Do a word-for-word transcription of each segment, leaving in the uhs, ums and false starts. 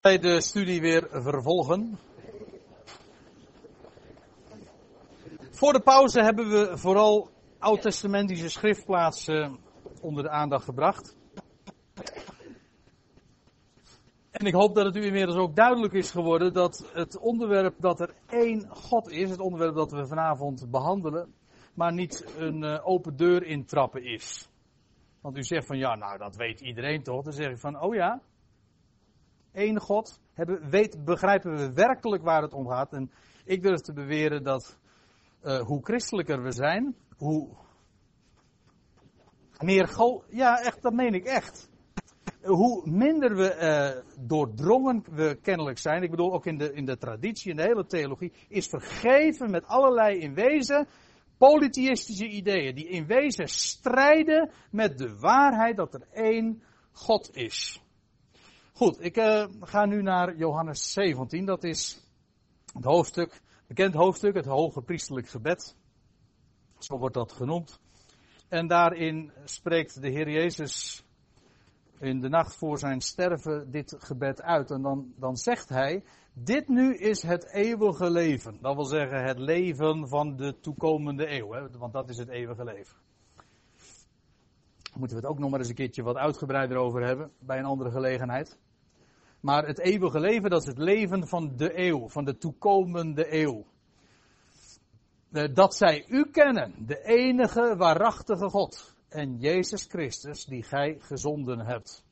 Wij de studie weer vervolgen. Voor de pauze hebben we vooral oud-testamentische schriftplaatsen onder de aandacht gebracht. En ik hoop dat het u inmiddels ook duidelijk is geworden dat het onderwerp dat er één God is, het onderwerp dat we vanavond behandelen, maar niet een uh, open deur intrappen is. Want u zegt van ja, nou dat weet iedereen toch? Dan zeg ik van oh ja, één God. Hebben, weet, begrijpen we werkelijk waar het om gaat. En ik durf te beweren dat uh, hoe christelijker we zijn, hoe meer go- ja echt, dat meen ik echt. Hoe minder we uh, doordrongen we kennelijk zijn, ik bedoel ook in de, in de traditie, in de hele theologie, is vergeven met allerlei in wezen polytheïstische ideeën. Die in wezen strijden met de waarheid dat er één God is. Goed, ik uh, ga nu naar Johannes zeventien, dat is het hoofdstuk, bekend hoofdstuk, het hoge priesterlijk gebed. Zo wordt dat genoemd. En daarin spreekt de Heer Jezus in de nacht voor zijn sterven dit gebed uit. En dan, dan zegt hij, dit nu is het eeuwige leven. Dat wil zeggen het leven van de toekomende eeuw, hè? Want dat is het eeuwige leven. Daar moeten we het ook nog maar eens een keertje wat uitgebreider over hebben, bij een andere gelegenheid. Maar het eeuwige leven, dat is het leven van de eeuw, van de toekomende eeuw. Dat zij u kennen, de enige waarachtige God. En Jezus Christus, die gij gezonden hebt.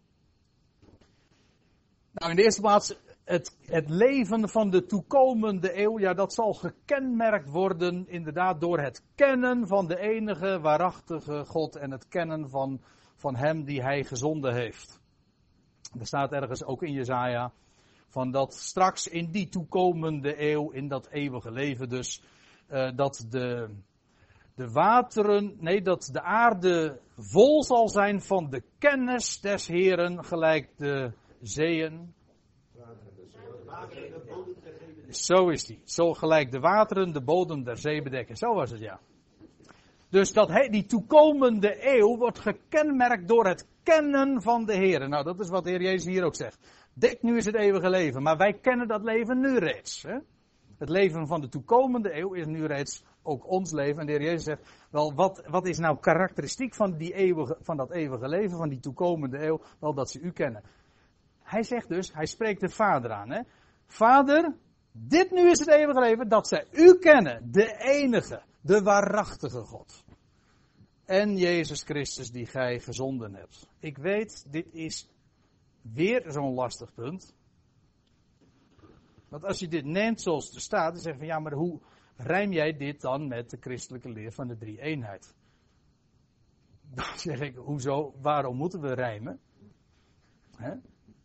Nou, in de eerste plaats, het, het leven van de toekomende eeuw, ja, dat zal gekenmerkt worden inderdaad door het kennen van de enige waarachtige God en het kennen van, van hem die hij gezonden heeft. Er staat ergens ook in Jesaja, van dat straks in die toekomende eeuw, in dat eeuwige leven dus, uh, dat de... De wateren, nee, dat de aarde vol zal zijn van de kennis des Heeren, gelijk de zeeën. Zo is die. Zo gelijk de wateren de bodem der zee bedekken. Zo was het, ja. Dus dat he, die toekomende eeuw wordt gekenmerkt door het kennen van de Heeren. Nou, dat is wat de Heer Jezus hier ook zegt. Dit nu is het eeuwige leven, maar wij kennen dat leven nu reeds. Hè? Het leven van de toekomende eeuw is nu reeds ook ons leven. En de Heer Jezus zegt, wel, wat, wat is nou karakteristiek van, die eeuwige, van dat eeuwige leven, van die toekomende eeuw? Wel, dat ze u kennen. Hij zegt dus, hij spreekt de Vader aan. Hè? Vader, dit nu is het eeuwige leven, dat zij u kennen, de enige, de waarachtige God. En Jezus Christus, die gij gezonden hebt. Ik weet, dit is weer zo'n lastig punt. Want als je dit neemt zoals het staat, dan zeg je van ja, maar hoe rijm jij dit dan met de christelijke leer van de drie-eenheid? Dan zeg ik, hoezo, waarom moeten we rijmen? Hè?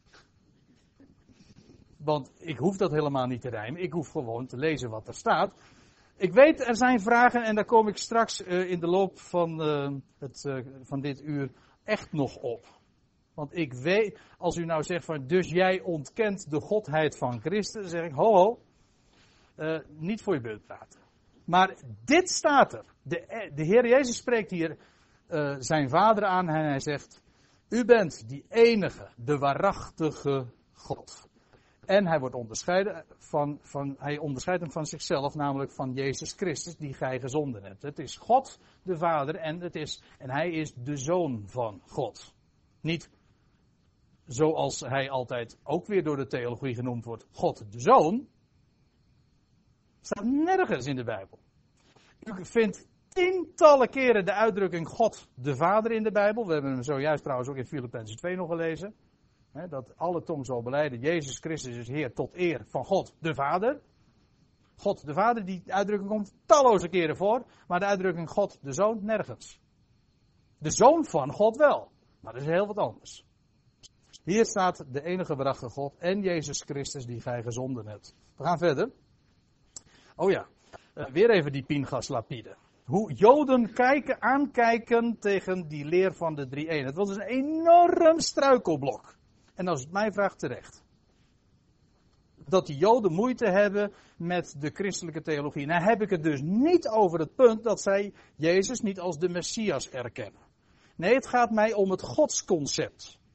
Want ik hoef dat helemaal niet te rijmen, ik hoef gewoon te lezen wat er staat. Ik weet, er zijn vragen en daar kom ik straks uh, in de loop van, uh, het, uh, van dit uur echt nog op. Want ik weet, als u nou zegt van, dus jij ontkent de godheid van Christus, dan zeg ik, ho ho, uh, niet voor je beurt praten. Maar dit staat er. De, de Heer Jezus spreekt hier uh, zijn Vader aan en hij zegt, u bent die enige, de waarachtige God. En hij wordt onderscheiden van, van, hij onderscheidt hem van zichzelf, namelijk van Jezus Christus, die gij gezonden hebt. Het is God, de Vader, en, het is, en hij is de Zoon van God. Niet zoals hij altijd ook weer door de theologie genoemd wordt, God de Zoon. Staat nergens in de Bijbel. U vindt tientallen keren de uitdrukking God de Vader in de Bijbel. We hebben hem zojuist trouwens ook in Filippenzen twee nog gelezen. He, dat alle tong zal belijden, Jezus Christus is Heer tot eer van God de Vader. God de Vader, die uitdrukking komt talloze keren voor. Maar de uitdrukking God de Zoon nergens. De Zoon van God wel. Maar dat is heel wat anders. Hier staat de enige waarachtige God en Jezus Christus die gij gezonden hebt. We gaan verder. Oh ja, uh, weer even die Pinchas lapide. Hoe Joden kijken, aankijken tegen die leer van de drie-eenheid. Het was dus een enorm struikelblok. En als het mij vraagt, terecht. Dat die Joden moeite hebben met de christelijke theologie. Nou heb ik het dus niet over het punt dat zij Jezus niet als de Messias erkennen. Nee, het gaat mij om het godsconcept.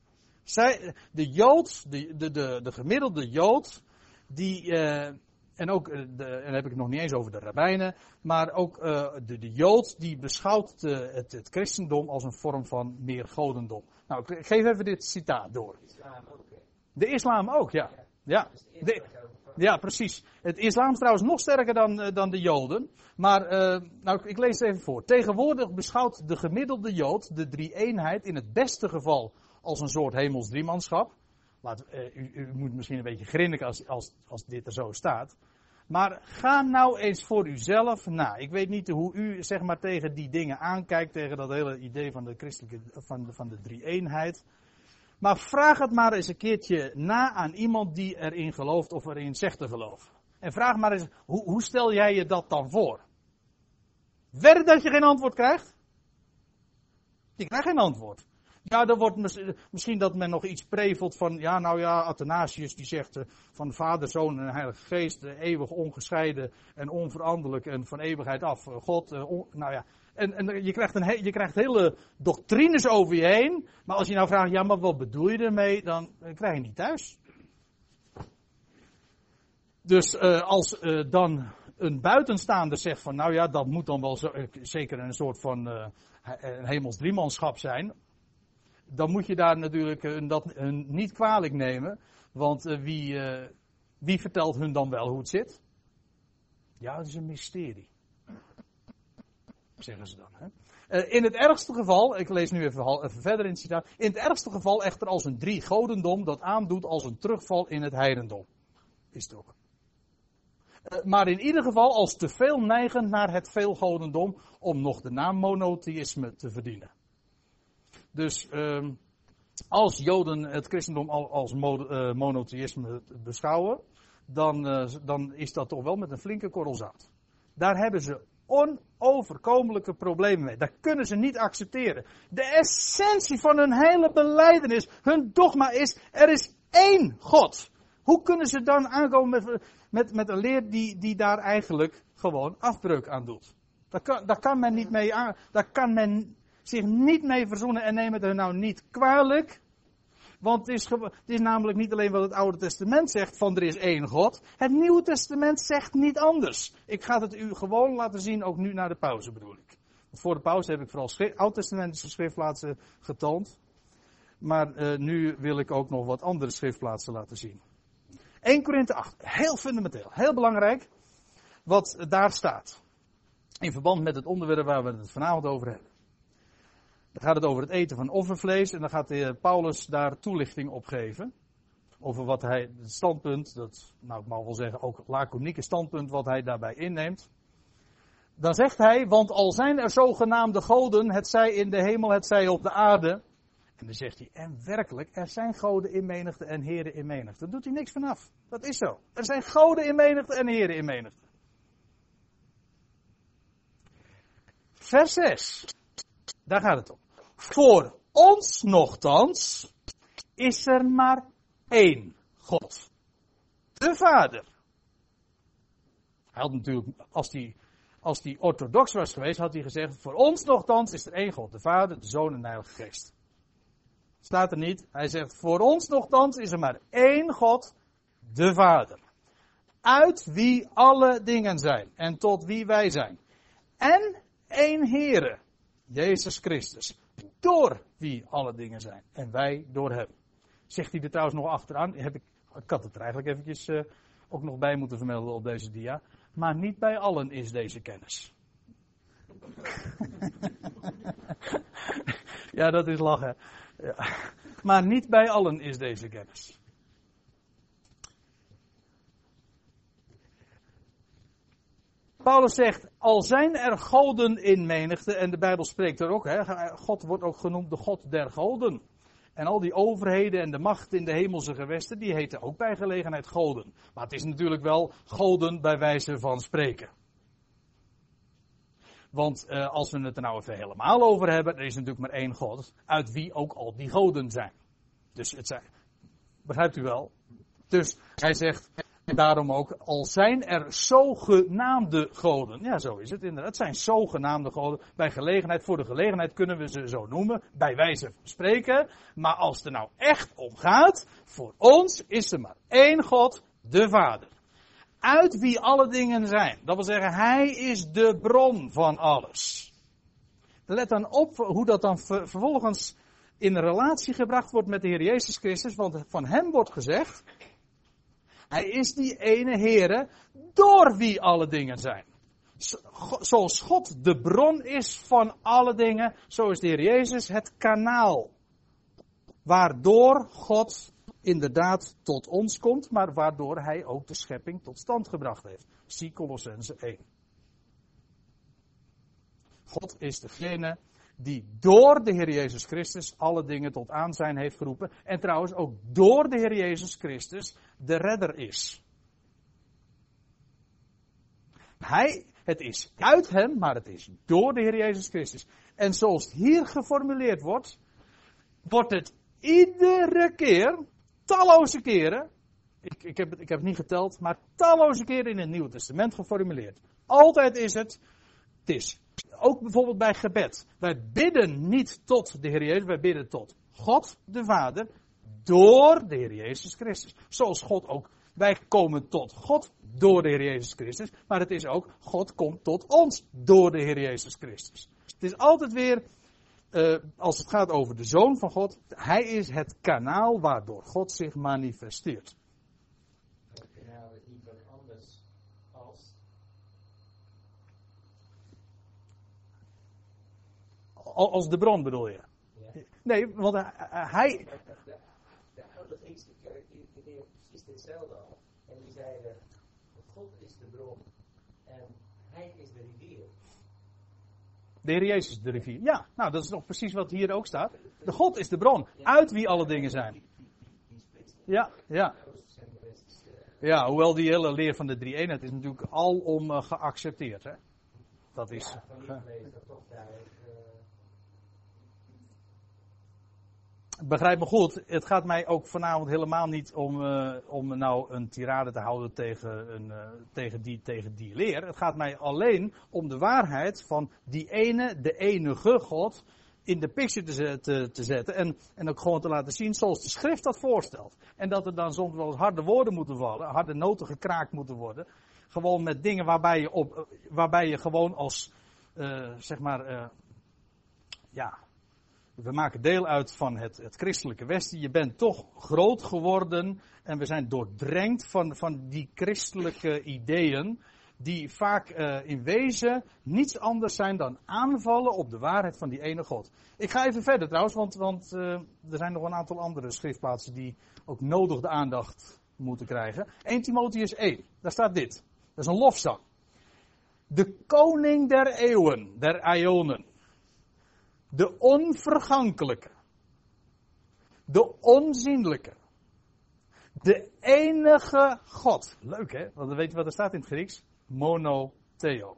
Zij, de Jood, de, de, de, de gemiddelde Jood, die, uh, en ook, uh, de, en dan heb ik het nog niet eens over de rabbijnen, maar ook uh, de, de Jood die beschouwt uh, het, het christendom als een vorm van meer godendom. Nou, ik geef even dit citaat door. De islam ook, ja. Ja, de, ja precies. Het islam is trouwens nog sterker dan, uh, dan de Joden. Maar, uh, nou, ik lees het even voor. Tegenwoordig beschouwt de gemiddelde Jood de drie-eenheid in het beste geval als een soort hemels driemanschap. Laat, uh, u, u moet misschien een beetje grinniken als, als, als dit er zo staat. Maar ga nou eens voor uzelf na. Ik weet niet hoe u zeg maar tegen die dingen aankijkt, tegen dat hele idee van de christelijke, van de, van de drie-eenheid. Maar vraag het maar eens een keertje na aan iemand die erin gelooft of erin zegt te geloven. En vraag maar eens, hoe, hoe stel jij je dat dan voor? Wedden dat je geen antwoord krijgt? Je krijgt geen antwoord. Ja, er wordt misschien dat men nog iets prevelt van, ja nou ja, Athanasius die zegt uh, van Vader, Zoon en Heilige Geest, uh, eeuwig ongescheiden en onveranderlijk en van eeuwigheid af. Uh, God, uh, on, nou ja, en, en je, krijgt een he, je krijgt hele doctrines over je heen, maar als je nou vraagt, ja maar wat bedoel je ermee, dan uh, krijg je niet thuis. Dus uh, als uh, dan een buitenstaander zegt van, nou ja, dat moet dan wel zo, uh, zeker een soort van uh, een hemels driemanschap zijn, dan moet je daar natuurlijk uh, dat uh, niet kwalijk nemen, want uh, wie, uh, wie vertelt hun dan wel hoe het zit? Ja, het is een mysterie, zeggen ze dan. Hè? Uh, in het ergste geval, ik lees nu even, even verder in het citaat, in het ergste geval echter als een drie godendom dat aandoet als een terugval in het heidendom. Is het ook. Uh, maar in ieder geval als te veel neigend naar het veelgodendom om nog de naam monotheïsme te verdienen. Dus um, als Joden het christendom als mo- uh, monotheïsme beschouwen, dan, uh, dan is dat toch wel met een flinke korrel zout. Daar hebben ze onoverkomelijke problemen mee. Dat kunnen ze niet accepteren. De essentie van hun hele belijdenis, hun dogma is, er is één God. Hoe kunnen ze dan aankomen met, met, met een leer die, die daar eigenlijk gewoon afbreuk aan doet? Daar kan, daar kan men niet mee aan, daar kan men zich niet mee verzoenen en neem het er nou niet kwalijk. Want het is, het is namelijk niet alleen wat het Oude Testament zegt van er is één God. Het Nieuwe Testament zegt niet anders. Ik ga het u gewoon laten zien, ook nu na de pauze bedoel ik. Want voor de pauze heb ik vooral schri- Oud-testamentische schriftplaatsen getoond. Maar uh, nu wil ik ook nog wat andere schriftplaatsen laten zien. Eerste Korinthe acht, heel fundamenteel, heel belangrijk wat daar staat. In verband met het onderwerp waar we het vanavond over hebben. Dan gaat het over het eten van offervlees en dan gaat de Paulus daar toelichting op geven. Over wat hij, het standpunt, dat, nou ik mag wel zeggen ook het laconieke standpunt wat hij daarbij inneemt. Dan zegt hij, want al zijn er zogenaamde goden, het zij in de hemel, het zij op de aarde. En dan zegt hij, en werkelijk, er zijn goden in menigte en heren in menigte. Daar doet hij niks vanaf. Dat is zo. Er zijn goden in menigte en heren in menigte. Vers zes. Daar gaat het om. Voor ons nochtans is er maar één God. De Vader. Hij had natuurlijk, als hij, als hij orthodox was geweest, had hij gezegd, voor ons nochtans is er één God. De Vader, de Zoon en de Heilige Geest. Staat er niet. Hij zegt, voor ons nochtans is er maar één God, de Vader. Uit wie alle dingen zijn en tot wie wij zijn. En één Heere, Jezus Christus. Door wie alle dingen zijn. En wij door hem. Zegt hij er trouwens nog achteraan. Heb ik, ik had het er eigenlijk eventjes uh, ook nog bij moeten vermelden op deze dia. Maar niet bij allen is deze kennis. Ja, dat is lachen. Ja. Maar niet bij allen is deze kennis. Paulus zegt, al zijn er goden in menigte, en de Bijbel spreekt er ook, hè, God wordt ook genoemd de God der goden. En al die overheden en de macht in de hemelse gewesten, die heten ook bij gelegenheid goden. Maar het is natuurlijk wel goden bij wijze van spreken. Want uh, als we het er nou even helemaal over hebben, er is natuurlijk maar één God, uit wie ook al die goden zijn. Dus het zijn, begrijpt u wel? Dus hij zegt, En daarom ook, al zijn er zogenaamde goden. Ja, zo is het inderdaad. Het zijn zogenaamde goden. Bij gelegenheid, voor de gelegenheid kunnen we ze zo noemen. Bij wijze van spreken. Maar als het er nou echt om gaat. Voor ons is er maar één God, de Vader. Uit wie alle dingen zijn. Dat wil zeggen, Hij is de bron van alles. Let dan op hoe dat dan ver, vervolgens in relatie gebracht wordt met de Heer Jezus Christus. Want van Hem wordt gezegd. Hij is die ene Heere, door wie alle dingen zijn. Zoals God de bron is van alle dingen, zo is de Heer Jezus het kanaal. Waardoor God inderdaad tot ons komt, maar waardoor Hij ook de schepping tot stand gebracht heeft. Zie Kolossenzen één. God is degene die door de Heer Jezus Christus alle dingen tot aanzijn heeft geroepen. En trouwens ook door de Heer Jezus Christus de redder is. Hij, het is uit hem, maar het is door de Heer Jezus Christus. En zoals het hier geformuleerd wordt, wordt het iedere keer, talloze keren, ik, ik, heb het, ik heb het niet geteld, maar talloze keren in het Nieuwe Testament geformuleerd. Altijd is het, het is. Ook bijvoorbeeld bij gebed. Wij bidden niet tot de Heer Jezus, wij bidden tot God de Vader door de Heer Jezus Christus. Zoals God ook, wij komen tot God door de Heer Jezus Christus, maar het is ook, God komt tot ons door de Heer Jezus Christus. Het is altijd weer, uh, als het gaat over de Zoon van God, Hij is het kanaal waardoor God zich manifesteert. Het kanaal is niet wat anders als... Als de bron bedoel je? Ja. Nee, want uh, hij... De, de, de oude Griekse kerk die deed precies hetzelfde al. En die zeiden, God is de bron en Hij is de rivier. De Heer Jezus is de rivier. Ja, nou dat is nog precies wat hier ook staat. De God is de bron, uit wie alle dingen zijn. Ja, ja. Ja, hoewel die hele leer van de drie-eenheid is natuurlijk alom uh, geaccepteerd. Hè? Dat is... Uh, Begrijp me goed, het gaat mij ook vanavond helemaal niet om, uh, om nou een tirade te houden tegen, een, uh, tegen, die, tegen die leer. Het gaat mij alleen om de waarheid van die ene, de enige God, in de picture te, te, te zetten. En, en ook gewoon te laten zien zoals de schrift dat voorstelt. En dat er dan soms wel eens harde woorden moeten vallen, harde noten gekraakt moeten worden. Gewoon met dingen waarbij je, op, waarbij je gewoon als, uh, zeg maar, uh, ja... We maken deel uit van het, het christelijke Westen. Je bent toch groot geworden en we zijn doordrenkt van, van die christelijke ideeën die vaak uh, in wezen niets anders zijn dan aanvallen op de waarheid van die ene God. Ik ga even verder trouwens, want, want uh, er zijn nog een aantal andere schriftplaatsen die ook nodig de aandacht moeten krijgen. Eerste Timotheüs één, daar staat dit. Dat is een lofzang. De koning der eeuwen, der Ionen. De onvergankelijke. De onzienlijke. De enige God. Leuk hè, want dan weet je wat er staat in het Grieks. Monotheo.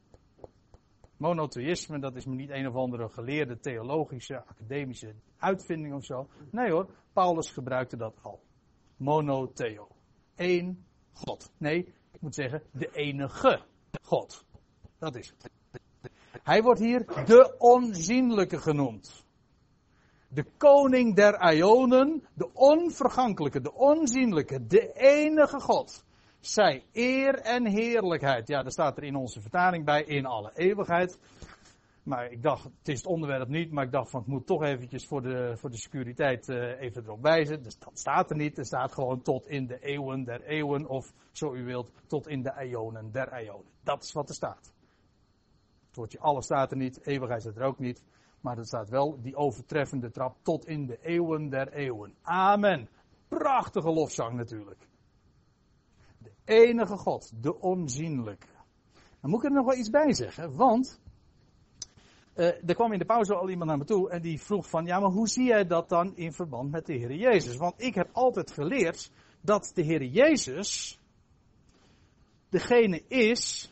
Monotheïsme, dat is me niet een of andere geleerde theologische, academische uitvinding of zo. Nee hoor, Paulus gebruikte dat al. Monotheo. Eén God. Nee, ik moet zeggen, de enige God. Dat is het. Hij wordt hier de onzienlijke genoemd. De koning der Ionen, de onvergankelijke, de onzienlijke, de enige God. Zij eer en heerlijkheid. Ja, daar staat er in onze vertaling bij, in alle eeuwigheid. Maar ik dacht, het is het onderwerp niet, maar ik dacht van, ik moet toch eventjes voor de, voor de securiteit uh, even erop wijzen. Dus dat staat er niet, er staat gewoon tot in de eeuwen der eeuwen, of zo u wilt, tot in de Ionen der Ionen. Dat is wat er staat. Het woordje alle staat er niet, eeuwigheid staat er ook niet. Maar er staat wel die overtreffende trap tot in de eeuwen der eeuwen. Amen. Prachtige lofzang natuurlijk. De enige God, de onzienlijke. Dan moet ik er nog wel iets bij zeggen, want uh, er kwam in de pauze al iemand naar me toe en die vroeg van, ja maar hoe zie jij dat dan in verband met de Heer Jezus? Want ik heb altijd geleerd dat de Heer Jezus degene is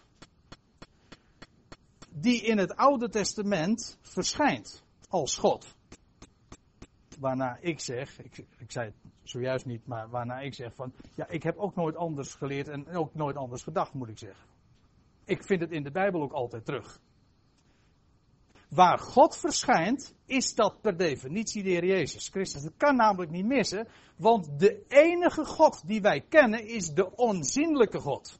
die in het Oude Testament verschijnt als God. Waarna ik zeg, ik, ik zei het zojuist niet, maar waarna ik zeg van, ja, ik heb ook nooit anders geleerd en ook nooit anders gedacht, moet ik zeggen. Ik vind het in de Bijbel ook altijd terug. Waar God verschijnt, is dat per definitie de Heer Jezus Christus. Dat kan namelijk niet missen, want de enige God die wij kennen is de onzienlijke God.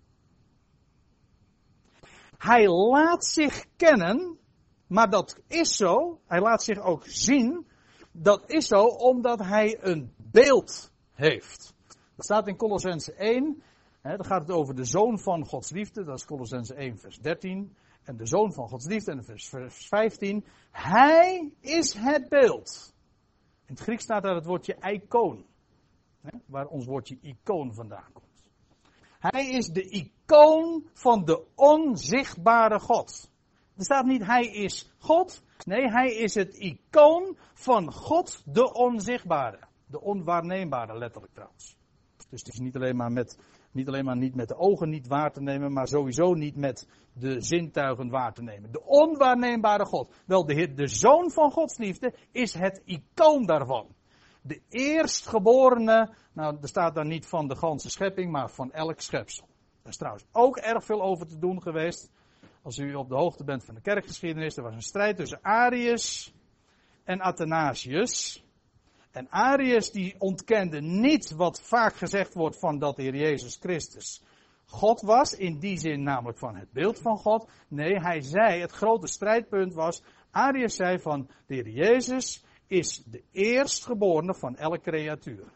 Hij laat zich kennen, maar dat is zo, hij laat zich ook zien, dat is zo omdat hij een beeld heeft. Dat staat in Kolossenzen één, hè, dan gaat het over de Zoon van Gods liefde, dat is Kolossenzen één vers dertien. En de Zoon van Gods liefde, en vers vijftien. Hij is het beeld. In het Grieks staat daar het woordje icoon. Hè, waar ons woordje icoon vandaan komt. Hij is de icoon van de onzichtbare God. Er staat niet hij is God. Nee, hij is het icoon van God de onzichtbare. De onwaarneembare letterlijk trouwens. Dus het is niet alleen maar met... Niet alleen maar niet met de ogen niet waar te nemen, maar sowieso niet met de zintuigen waar te nemen. De onwaarneembare God. Wel, de, Heer, de Zoon van Gods liefde is het icoon daarvan. De eerstgeborene, nou er staat daar niet van de ganse schepping, maar van elk schepsel. Daar is trouwens ook erg veel over te doen geweest. Als u op de hoogte bent van de kerkgeschiedenis, er was een strijd tussen Arius en Athanasius. En Arius die ontkende niet wat vaak gezegd wordt van dat de Heer Jezus Christus God was. In die zin namelijk van het beeld van God. Nee, hij zei, het grote strijdpunt was, Arius zei van de Heer Jezus is de eerstgeborene van elke creatuur.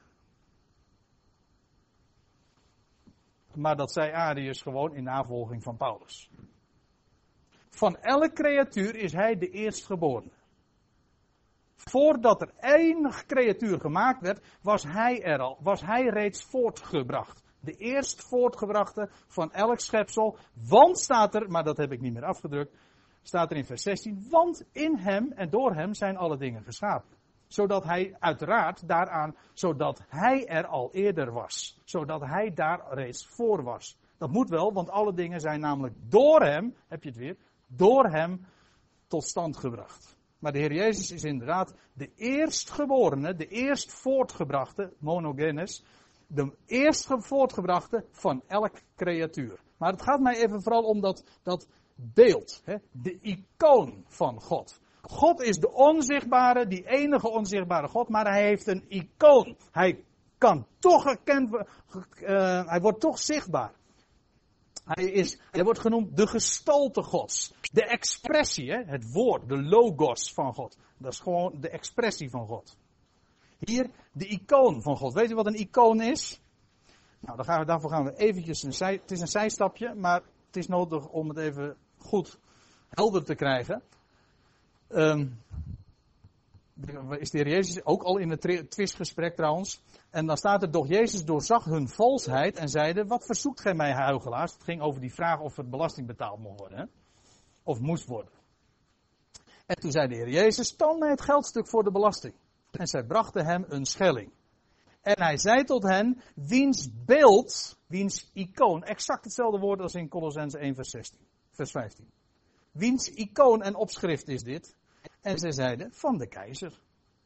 Maar dat zei Arius gewoon in navolging van Paulus. Van elke creatuur is hij de eerstgeborene. Voordat er één creatuur gemaakt werd, was hij er al, was hij reeds voortgebracht. De eerst voortgebrachte van elk schepsel. Want staat er, maar dat heb ik niet meer afgedrukt, staat er in vers zestien. Want in hem en door hem zijn alle dingen geschapen. Zodat hij uiteraard daaraan, zodat hij er al eerder was. Zodat hij daar reeds voor was. Dat moet wel, want alle dingen zijn namelijk door hem, heb je het weer, door hem tot stand gebracht. Maar de Heer Jezus is inderdaad de eerstgeborene, de eerst voortgebrachte, monogenes, de eerst voortgebrachte van elk creatuur. Maar het gaat mij even vooral om dat, dat beeld, hè? De icoon van God. God is de onzichtbare, die enige onzichtbare God, maar hij heeft een icoon. Hij kan toch gekend worden, uh, hij wordt toch zichtbaar. Hij, is, hij wordt genoemd de gestalte Gods. De expressie, hè? Het woord, de logos van God. Dat is gewoon de expressie van God. Hier de icoon van God. Weet u wat een icoon is? Nou, dan gaan we, daarvoor gaan we eventjes een zij, het is een zijstapje, maar het is nodig om het even goed helder te krijgen. Um, is de Heer Jezus ook al in het twistgesprek trouwens. En dan staat er, doch Jezus doorzag hun valsheid en zeide, wat verzoekt gij mij, huichelaars? Het ging over die vraag of het belasting betaald mocht worden. Hè? Of moest worden. En toen zei de Heer Jezus, toon mij het geldstuk voor de belasting. En zij brachten hem een schelling. En hij zei tot hen, wiens beeld, wiens icoon, exact hetzelfde woord als in Kolossenzen één vers zestien, vers vijftien. Wiens icoon en opschrift is dit? En zij zeiden, van de keizer.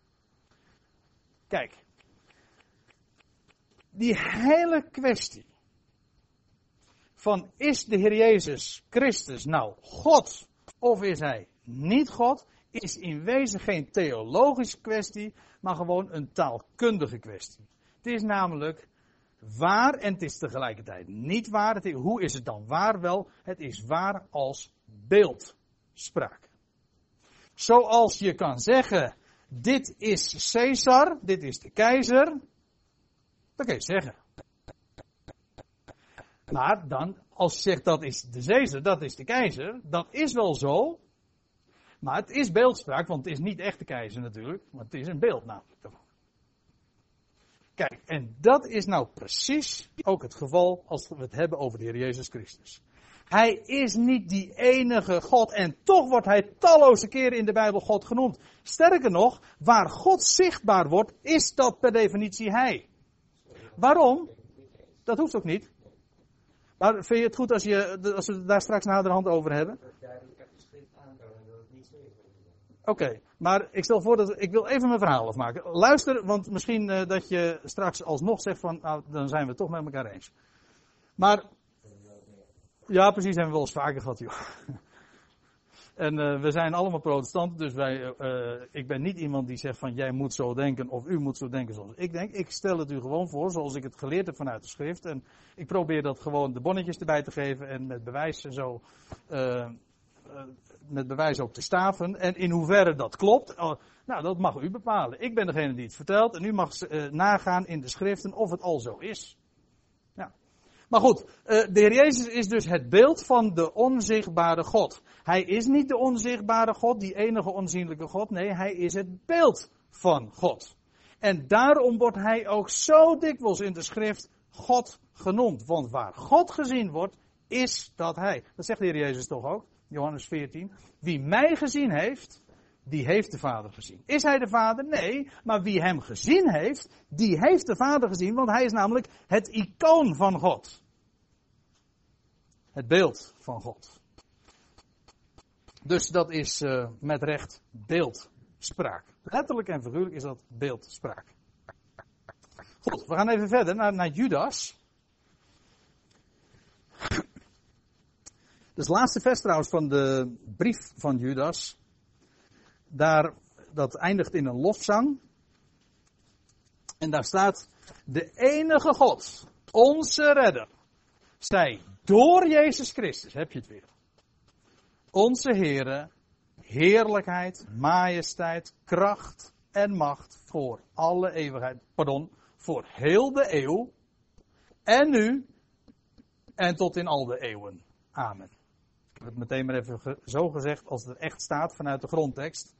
Kijk. Die hele kwestie van is de Heer Jezus Christus nou God of is hij niet God, is in wezen geen theologische kwestie, maar gewoon een taalkundige kwestie. Het is namelijk waar en het is tegelijkertijd niet waar. Het is, hoe is het dan waar? Wel, het is waar als beeldspraak. Zoals je kan zeggen, dit is Caesar, dit is de keizer. Dat kun je zeggen. Maar dan, als je zegt dat is de Caesar, dat is de keizer, dat is wel zo. Maar het is beeldspraak, want het is niet echt de keizer natuurlijk, maar het is een beeld namelijk daarvan. Kijk, en dat is nou precies ook het geval als we het hebben over de Heer Jezus Christus. Hij is niet die enige God en toch wordt hij talloze keren in de Bijbel God genoemd. Sterker nog, waar God zichtbaar wordt, is dat per definitie hij. Waarom? Dat hoeft ook niet. Maar vind je het goed als, je, als we het daar straks naderhand over hebben? Oké, okay, maar ik stel voor dat ik wil even mijn verhaal afmaken. Luister, want misschien uh, dat je straks alsnog zegt van, nou, dan zijn we het toch met elkaar eens. Maar, ja precies, hebben we wel eens vaker gehad, joh. En uh, we zijn allemaal protestanten, dus wij, uh, ik ben niet iemand die zegt van, jij moet zo denken of u moet zo denken zoals ik denk. Ik stel het u gewoon voor zoals ik het geleerd heb vanuit de schrift. En ik probeer dat gewoon de bonnetjes erbij te geven en met bewijs en zo... Uh, uh, met bewijs ook te staven. En in hoeverre dat klopt, uh, nou dat mag u bepalen. Ik ben degene die het vertelt en u mag uh, nagaan in de schriften of het al zo is. Ja. Maar goed, uh, de Heer Jezus is dus het beeld van de onzichtbare God. Hij is niet de onzichtbare God, die enige onzienlijke God. Nee, hij is het beeld van God. En daarom wordt hij ook zo dikwijls in de schrift God genoemd. Want waar God gezien wordt, is dat hij. Dat zegt de Heer Jezus toch ook? Johannes veertien. Wie mij gezien heeft, die heeft de Vader gezien. Is hij de Vader? Nee. Maar wie hem gezien heeft, die heeft de Vader gezien. Want hij is namelijk het icoon van God. Het beeld van God. Dus dat is uh, met recht beeldspraak. Letterlijk en figuurlijk is dat beeldspraak. Goed, we gaan even verder naar, naar Judas. Dus het laatste vers trouwens van de brief van Judas. Daar, dat eindigt in een lofzang. En daar staat: de enige God, onze redder, zij door Jezus Christus, heb je het weer. Onze Heere, heerlijkheid, majesteit, kracht en macht voor alle eeuwigheid. Pardon, voor heel de eeuw. En nu en tot in al de eeuwen. Amen. Ik heb het meteen maar even ge- zo gezegd als het er echt staat vanuit de grondtekst.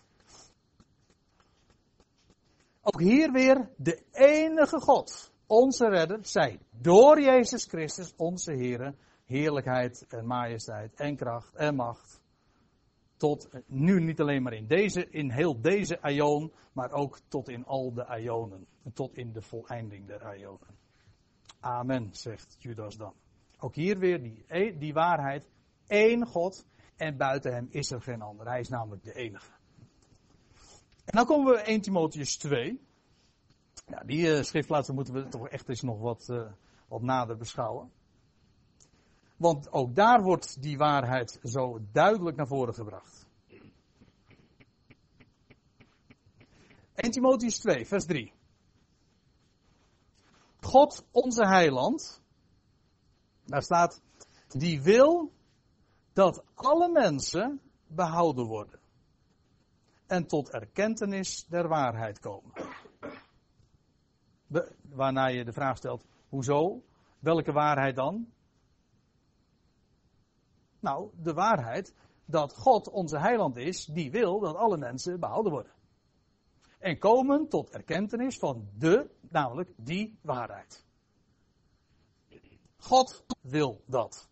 Ook hier weer de enige God, onze redder, zij door Jezus Christus, onze Heere, heerlijkheid en majesteit en kracht en macht. Tot nu niet alleen maar in deze, in heel deze aion, maar ook tot in al de aionen. Tot in de voleinding der aionen. Amen, zegt Judas dan. Ook hier weer die, die waarheid. Eén God en buiten hem is er geen ander. Hij is namelijk de enige. En dan komen we in Eerste Timotheüs twee. Ja, die uh, schriftplaatsen moeten we toch echt eens nog wat, uh, wat nader beschouwen. Want ook daar wordt die waarheid zo duidelijk naar voren gebracht. Eerste Timotheüs twee, vers drie. God, onze heiland, daar staat, die wil dat alle mensen behouden worden en tot erkentenis der waarheid komen. Be- waarna je de vraag stelt, hoezo? Welke waarheid dan? Nou, de waarheid dat God onze heiland is, die wil dat alle mensen behouden worden. En komen tot erkentenis van de, namelijk die waarheid. God wil dat.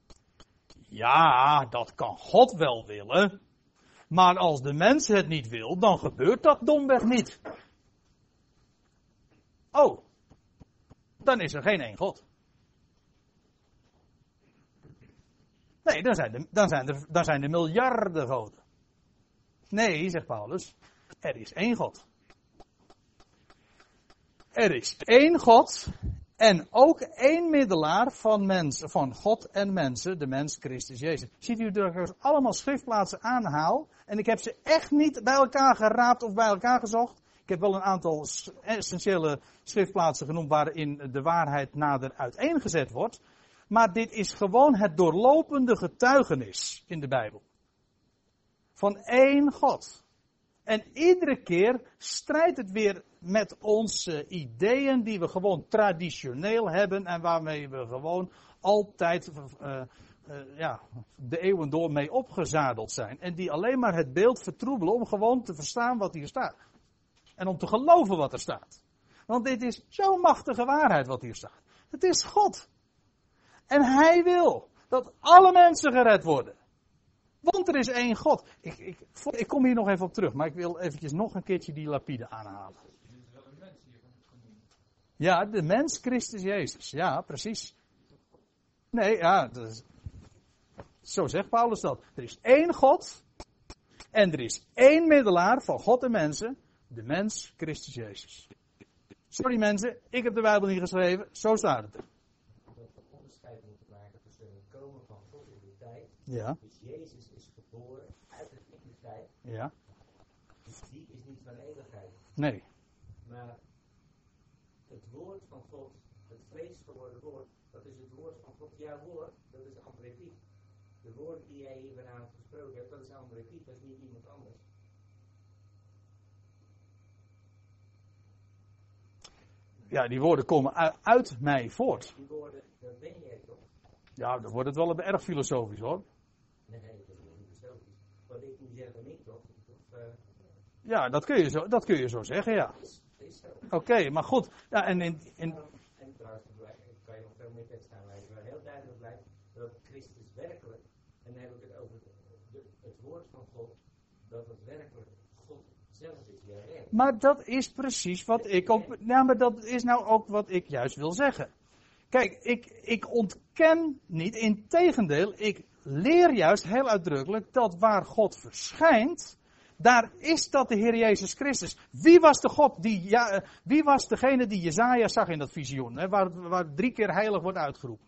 Ja, dat kan God wel willen. Maar als de mens het niet wil, dan gebeurt dat domweg niet. Oh, dan is er geen één God. Nee, dan zijn, er, dan, zijn er, dan zijn er miljarden goden. Nee, zegt Paulus, er is één God. Er is één God en ook één middelaar van, mensen, van God en mensen, de mens Christus Jezus. Ziet u dat ik allemaal schriftplaatsen aanhaal en ik heb ze echt niet bij elkaar geraapt of bij elkaar gezocht. Ik heb wel een aantal essentiële schriftplaatsen genoemd waarin de waarheid nader uiteengezet wordt. Maar dit is gewoon het doorlopende getuigenis in de Bijbel. Van één God. En iedere keer strijdt het weer met onze ideeën die we gewoon traditioneel hebben en waarmee we gewoon altijd uh, uh, ja, de eeuwen door mee opgezadeld zijn. En die alleen maar het beeld vertroebelen om gewoon te verstaan wat hier staat. En om te geloven wat er staat. Want dit is zo'n machtige waarheid wat hier staat. Het is God. En hij wil dat alle mensen gered worden. Want er is één God. Ik, ik, ik kom hier nog even op terug, maar ik wil eventjes nog een keertje die lapide aanhalen. Ja, de mens Christus Jezus. Ja, precies. Nee, ja, dat is, zo zegt Paulus dat. Er is één God. En er is één middelaar van God en mensen, de mens Christus Jezus. Sorry mensen, ik heb de Bijbel niet geschreven, zo staat het er. Dat we onderscheid moeten maken tussen het komen van God in de tijd. Ja. Dus Jezus is geboren uit de tijd. Ja. Dus die is niet van eeuwigheid. Nee. Maar het woord van God, het vlees geworden woord, dat is het woord van God. Jouw woord, dat is Ambrepie. De woorden die jij hier vanavond gesproken hebt, dat is Ambrepie, dat is niet iemand anders. Ja, die woorden komen uit, uit mij voort. Die woorden, dat ben jij toch? Ja, dan wordt het wel erg filosofisch hoor. Nee, dat is niet filosofisch. Wat ik nu zeg, ben ik toch? Of, uh, Ja, dat kun je zo, dat kun je zo zeggen, ja. is, is zo. Oké, okay, maar goed. Ja, en in, in, En trouwens, ik kan je nog veel meer tekst aanwijzen, waar heel duidelijk blijkt dat Christus werkelijk, en dan heb ik het over de, het woord van God, dat het werkelijk God zelf is die hij redt. maar dat is precies wat ik ook... Nou, maar dat is nou ook wat ik juist wil zeggen. Kijk, ik, ik ontken niet, integendeel, ik leer juist heel uitdrukkelijk dat waar God verschijnt, daar is dat de Heer Jezus Christus. Wie was de God die, ja, wie was degene die Jesaja zag in dat visioen, hè, waar, waar drie keer heilig wordt uitgeroepen?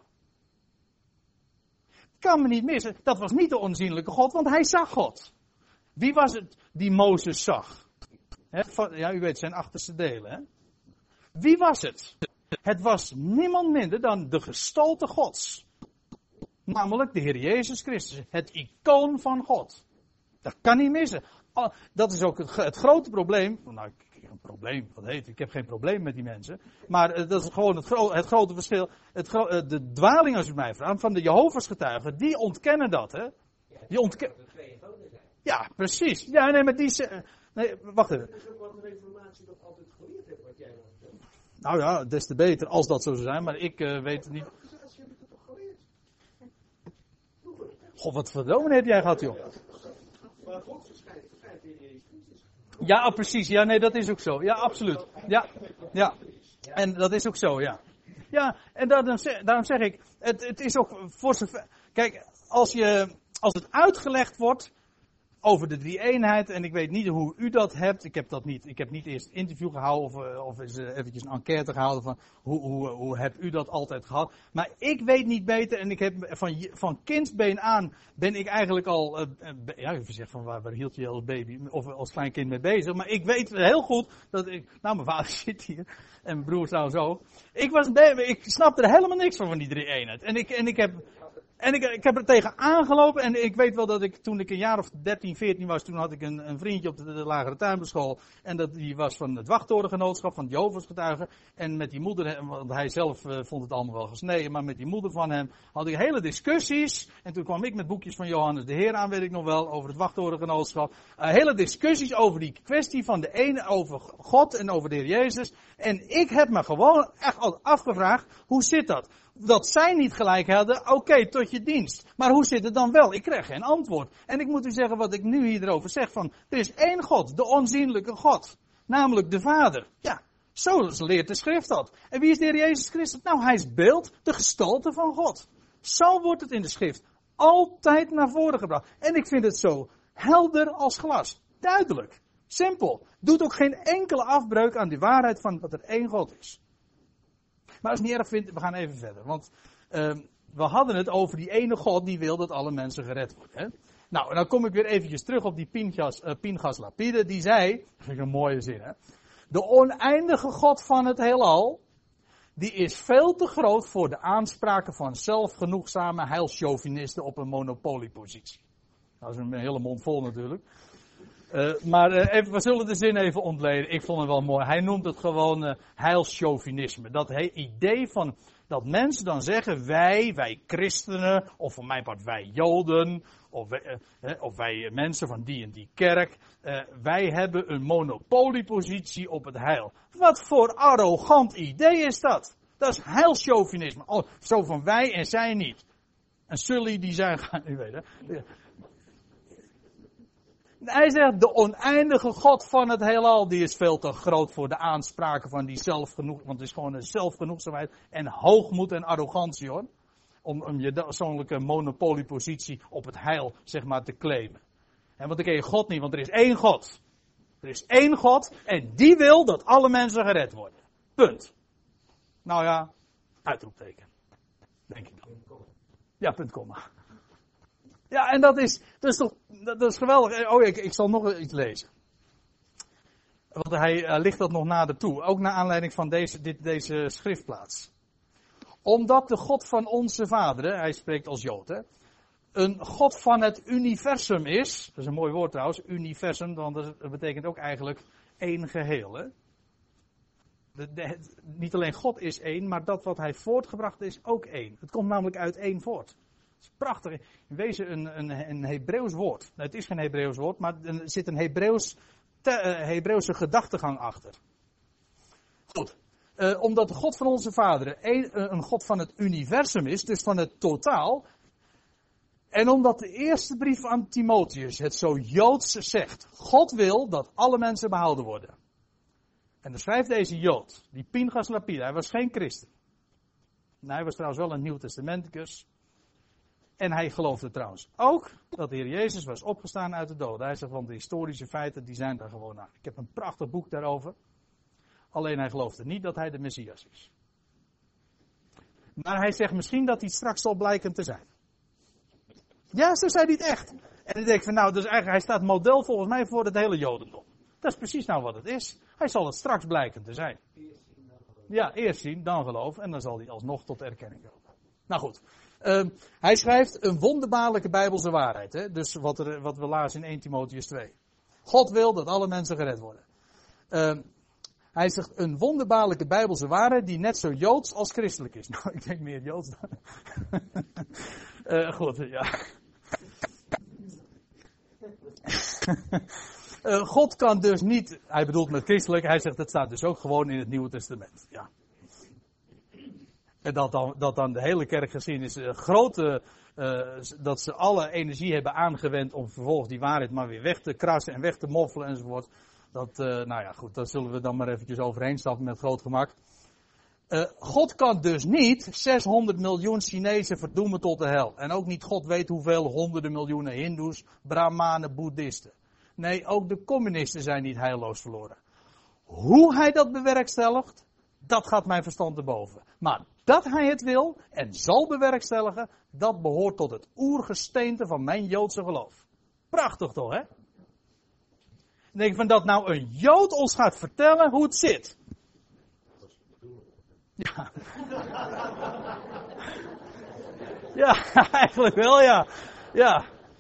Kan me niet missen, dat was niet de onzienlijke God, want hij zag God. Wie was het die Mozes zag? Hè, van, ja, u weet zijn achterste delen. Hè? Wie was het? Het was niemand minder dan de gestalte Gods. Namelijk de Heer Jezus Christus, het icoon van God. Dat kan niet missen. Dat is ook het, het grote probleem. Nou, ik heb een probleem, wat heet het? Ik heb geen probleem met die mensen. Maar uh, dat is gewoon het, gro- het grote verschil. Het gro- uh, de dwaling, als u mij vraagt, van de Jehovah's getuigen, die ontkennen dat, hè? Die ontkennen. Ja, precies. Ja, nee, maar die. Uh, nee, wacht even. Dat is ook wat een informatie dat altijd geleerd hebt, wat jij nog vertelt. Nou ja, des te beter als dat zo zou zijn, maar ik uh, weet het niet. God, wat verdomen heb jij gehad, joh? Maar God verschijnt, verschijnt in Jezus Christus. Ja, precies. Ja, nee, dat is ook zo. Ja, absoluut. Ja, ja. En dat is ook zo, ja. Ja, en daarom zeg, daarom zeg ik, het, het is ook voor zover... Kijk, als, je, als het uitgelegd wordt over de drie-eenheid, en ik weet niet hoe u dat hebt, ik heb dat niet, ik heb niet eerst een interview gehouden of, of eens eventjes een enquête gehouden van hoe, hoe, hoe hebt u dat altijd gehad. Maar ik weet niet beter en ik heb van, van kindsbeen aan ben ik eigenlijk al, uh, ja, u zegt van waar, waar hield je als baby of als klein kind mee bezig, maar ik weet heel goed dat ik, nou mijn vader zit hier en mijn broer trouwens ook. Ik was, ik snapte er helemaal niks van van die drie-eenheid. En ik, en ik heb... En ik, ik heb er tegen aangelopen en ik weet wel dat ik toen ik een jaar of dertien, veertien was, toen had ik een, een vriendje op de, de lagere tuinbouwschool. En dat, die was van het Wachttorengenootschap van Jehovah's getuigen. En met die moeder, want hij zelf uh, vond het allemaal wel gesneden, maar met die moeder van hem had ik hele discussies. En toen kwam ik met boekjes van Johannes de Heer aan, weet ik nog wel, over het Wachttorengenootschap. Uh, hele discussies over die kwestie van de ene over God en over de Heer Jezus. En ik heb me gewoon echt al afgevraagd, hoe zit dat? Dat zij niet gelijk hadden, oké, okay, tot je dienst. Maar hoe zit het dan wel? Ik kreeg geen antwoord. En ik moet u zeggen wat ik nu hierover zeg, van, er is één God, de onzienlijke God. Namelijk de Vader. Ja, zo leert de schrift dat. En wie is de Heer Jezus Christus? Nou, hij is beeld, de gestalte van God. Zo wordt het in de schrift altijd naar voren gebracht. En ik vind het zo helder als glas. Duidelijk. Simpel. Doet ook geen enkele afbreuk aan die waarheid van dat er één God is. Maar als je het niet erg vindt, we gaan even verder. Want uh, we hadden het over die ene God die wil dat alle mensen gered worden. Hè? Nou, en dan kom ik weer eventjes terug op die Pinchas, uh, Pinchas Lapide. Die zei, dat vind ik een mooie zin hè. De oneindige God van het heelal, die is veel te groot voor de aanspraken van zelfgenoegzame heilschauvinisten op een monopoliepositie. Dat is een hele mond vol natuurlijk. Uh, maar uh, even, we zullen de zin even ontleden. Ik vond het wel mooi. Hij noemt het gewoon uh, heilschauvinisme. Dat he, idee van dat mensen dan zeggen, wij, wij christenen, of voor mijn part wij joden, of wij, uh, of wij mensen van die en die kerk, uh, wij hebben een monopoliepositie op het heil. Wat voor arrogant idee is dat? Dat is heilschauvinisme. Oh, zo van wij en zij niet. En Sully die zijn, u weet hè. Hij zegt, de oneindige God van het heelal, die is veel te groot voor de aanspraken van die zelfgenoeg, want het is gewoon een zelfgenoegzaamheid en hoogmoed en arrogantie hoor. Om, om je persoonlijke monopoliepositie op het heil, zeg maar, te claimen. En want dan ken je God niet, want er is één God. Er is één God en die wil dat alle mensen gered worden. Punt. Nou ja, uitroepteken. Denk ik dan. Ja, punt, komma. Ja, en dat is, dat is toch, dat is geweldig. Oh, ik, ik zal nog iets lezen. Want hij uh, ligt dat nog nader toe. Ook naar aanleiding van deze, dit, deze schriftplaats. Omdat de God van onze vaderen, hij spreekt als Jood, hè, een God van het universum is. Dat is een mooi woord trouwens, universum, want dat betekent ook eigenlijk één geheel. Hè. De, de, het, niet alleen God is één, maar dat wat hij voortgebracht is ook één. Het komt namelijk uit één voort. Het is prachtig. In wezen een, een, een Hebreeuws woord. Nou, het is geen Hebreeuws woord, maar er zit een Hebreeuws, te, uh, Hebreeuwse gedachtegang achter. Goed. Uh, omdat de God van onze vaderen een, een God van het universum is, dus van het totaal. En omdat de eerste brief aan Timotheus het zo Joods zegt. God wil dat alle mensen behouden worden. En dan schrijft deze Jood, die Pinchas Lapide, hij was geen christen. Nou, hij was trouwens wel een Nieuwtestamenticus. En hij geloofde trouwens ook dat de Heer Jezus was opgestaan uit de dood. Hij zegt, want de historische feiten, die zijn daar gewoon aan. Ik heb een prachtig boek daarover. Alleen hij geloofde niet dat hij de Messias is. Maar hij zegt misschien dat hij straks zal blijken te zijn. Ja, zo zei hij het echt. En dan denk ik van nou, dus eigenlijk, hij staat model volgens mij voor het hele Jodendom. Dat is precies nou wat het is. Hij zal het straks blijken te zijn. Ja, eerst zien, dan geloven. En dan zal hij alsnog tot erkenning komen. Nou goed. Uh, hij schrijft een wonderbaarlijke Bijbelse waarheid. Hè? Dus wat, er, wat we lazen in Eerste Timotheus twee. God wil dat alle mensen gered worden. Uh, hij zegt een wonderbaarlijke Bijbelse waarheid die net zo Joods als christelijk is. Nou, ik denk meer Joods dan. uh, goed, ja. Uh, God kan dus niet, hij bedoelt met christelijk, hij zegt dat staat dus ook gewoon in het Nieuwe Testament. Ja. En dat dan, dat dan de hele kerkgeschiedenis uh, grote, uh, dat ze alle energie hebben aangewend om vervolgens die waarheid maar weer weg te krassen en weg te moffelen enzovoort. Dat, uh, nou ja goed, daar zullen we dan maar eventjes overheen stappen met groot gemak. Uh, God kan dus niet zeshonderd miljoen Chinezen verdoemen tot de hel. En ook niet God weet hoeveel honderden miljoenen Hindoes, Brahmanen, Boeddhisten. Nee, ook de communisten zijn niet heilloos verloren. Hoe hij dat bewerkstelligt, dat gaat mijn verstand te boven. Maar dat hij het wil en zal bewerkstelligen, dat behoort tot het oergesteente van mijn Joodse geloof. Prachtig toch, hè? Dan denk ik van dat nou een Jood ons gaat vertellen hoe het zit. Ja. Ja, eigenlijk wel, ja. Ja.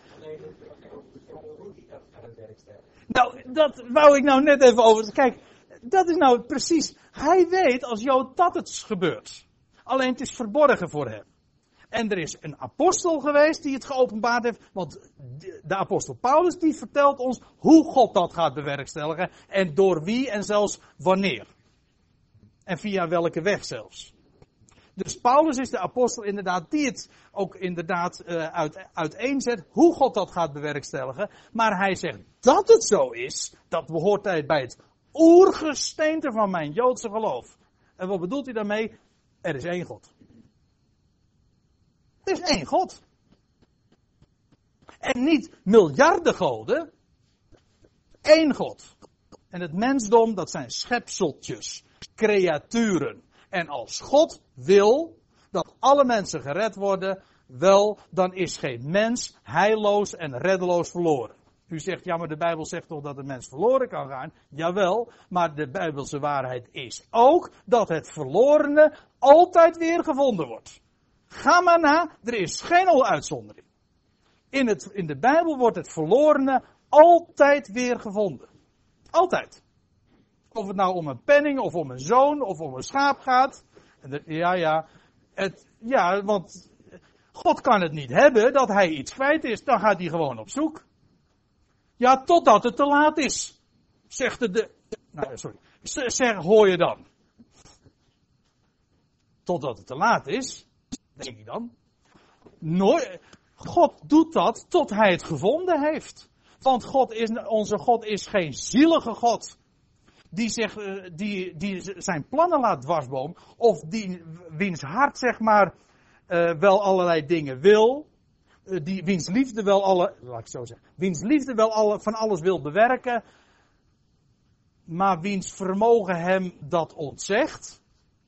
Nou, dat wou ik nou net even over. Kijk, dat is nou precies. Hij weet als Jood dat het gebeurt. Alleen het is verborgen voor hem. En er is een apostel geweest die het geopenbaard heeft. Want de apostel Paulus die vertelt ons hoe God dat gaat bewerkstelligen. En door wie en zelfs wanneer. En via welke weg zelfs. Dus Paulus is de apostel inderdaad die het ook inderdaad uh, uit, uiteenzet hoe God dat gaat bewerkstelligen. Maar hij zegt dat het zo is, dat behoort bij het oergesteente van mijn Joodse geloof. En wat bedoelt hij daarmee? Er is één God. Er is één God. En niet miljarden goden. Eén God. En het mensdom, dat zijn schepseltjes, creaturen. En als God wil dat alle mensen gered worden, wel, dan is geen mens heilloos en reddeloos verloren. U zegt, ja, maar de Bijbel zegt toch dat de mens verloren kan gaan? Jawel, maar de Bijbelse waarheid is ook dat het verlorene altijd weer gevonden wordt. Ga maar na, er is geen uitzondering. In, het, in de Bijbel wordt het verlorene altijd weer gevonden. Altijd. Of het nou om een penning, of om een zoon, of om een schaap gaat. Ja, ja. Het, ja, want God kan het niet hebben dat hij iets kwijt is. Dan gaat hij gewoon op zoek. Ja, totdat het te laat is. Zegt de... de nou, sorry. Zeg, hoor je dan. Totdat het te laat is. Denk ik dan. Nooit. God doet dat tot hij het gevonden heeft. Want God is, onze God is geen zielige God. Die, zich, die, die zijn plannen laat dwarsbomen. Of die, wiens hart zeg maar uh, wel allerlei dingen wil. uh, die, wiens liefde wel alle, laat ik zo zeggen, wiens liefde wel alle, van alles wil bewerken, maar wiens vermogen hem dat ontzegt.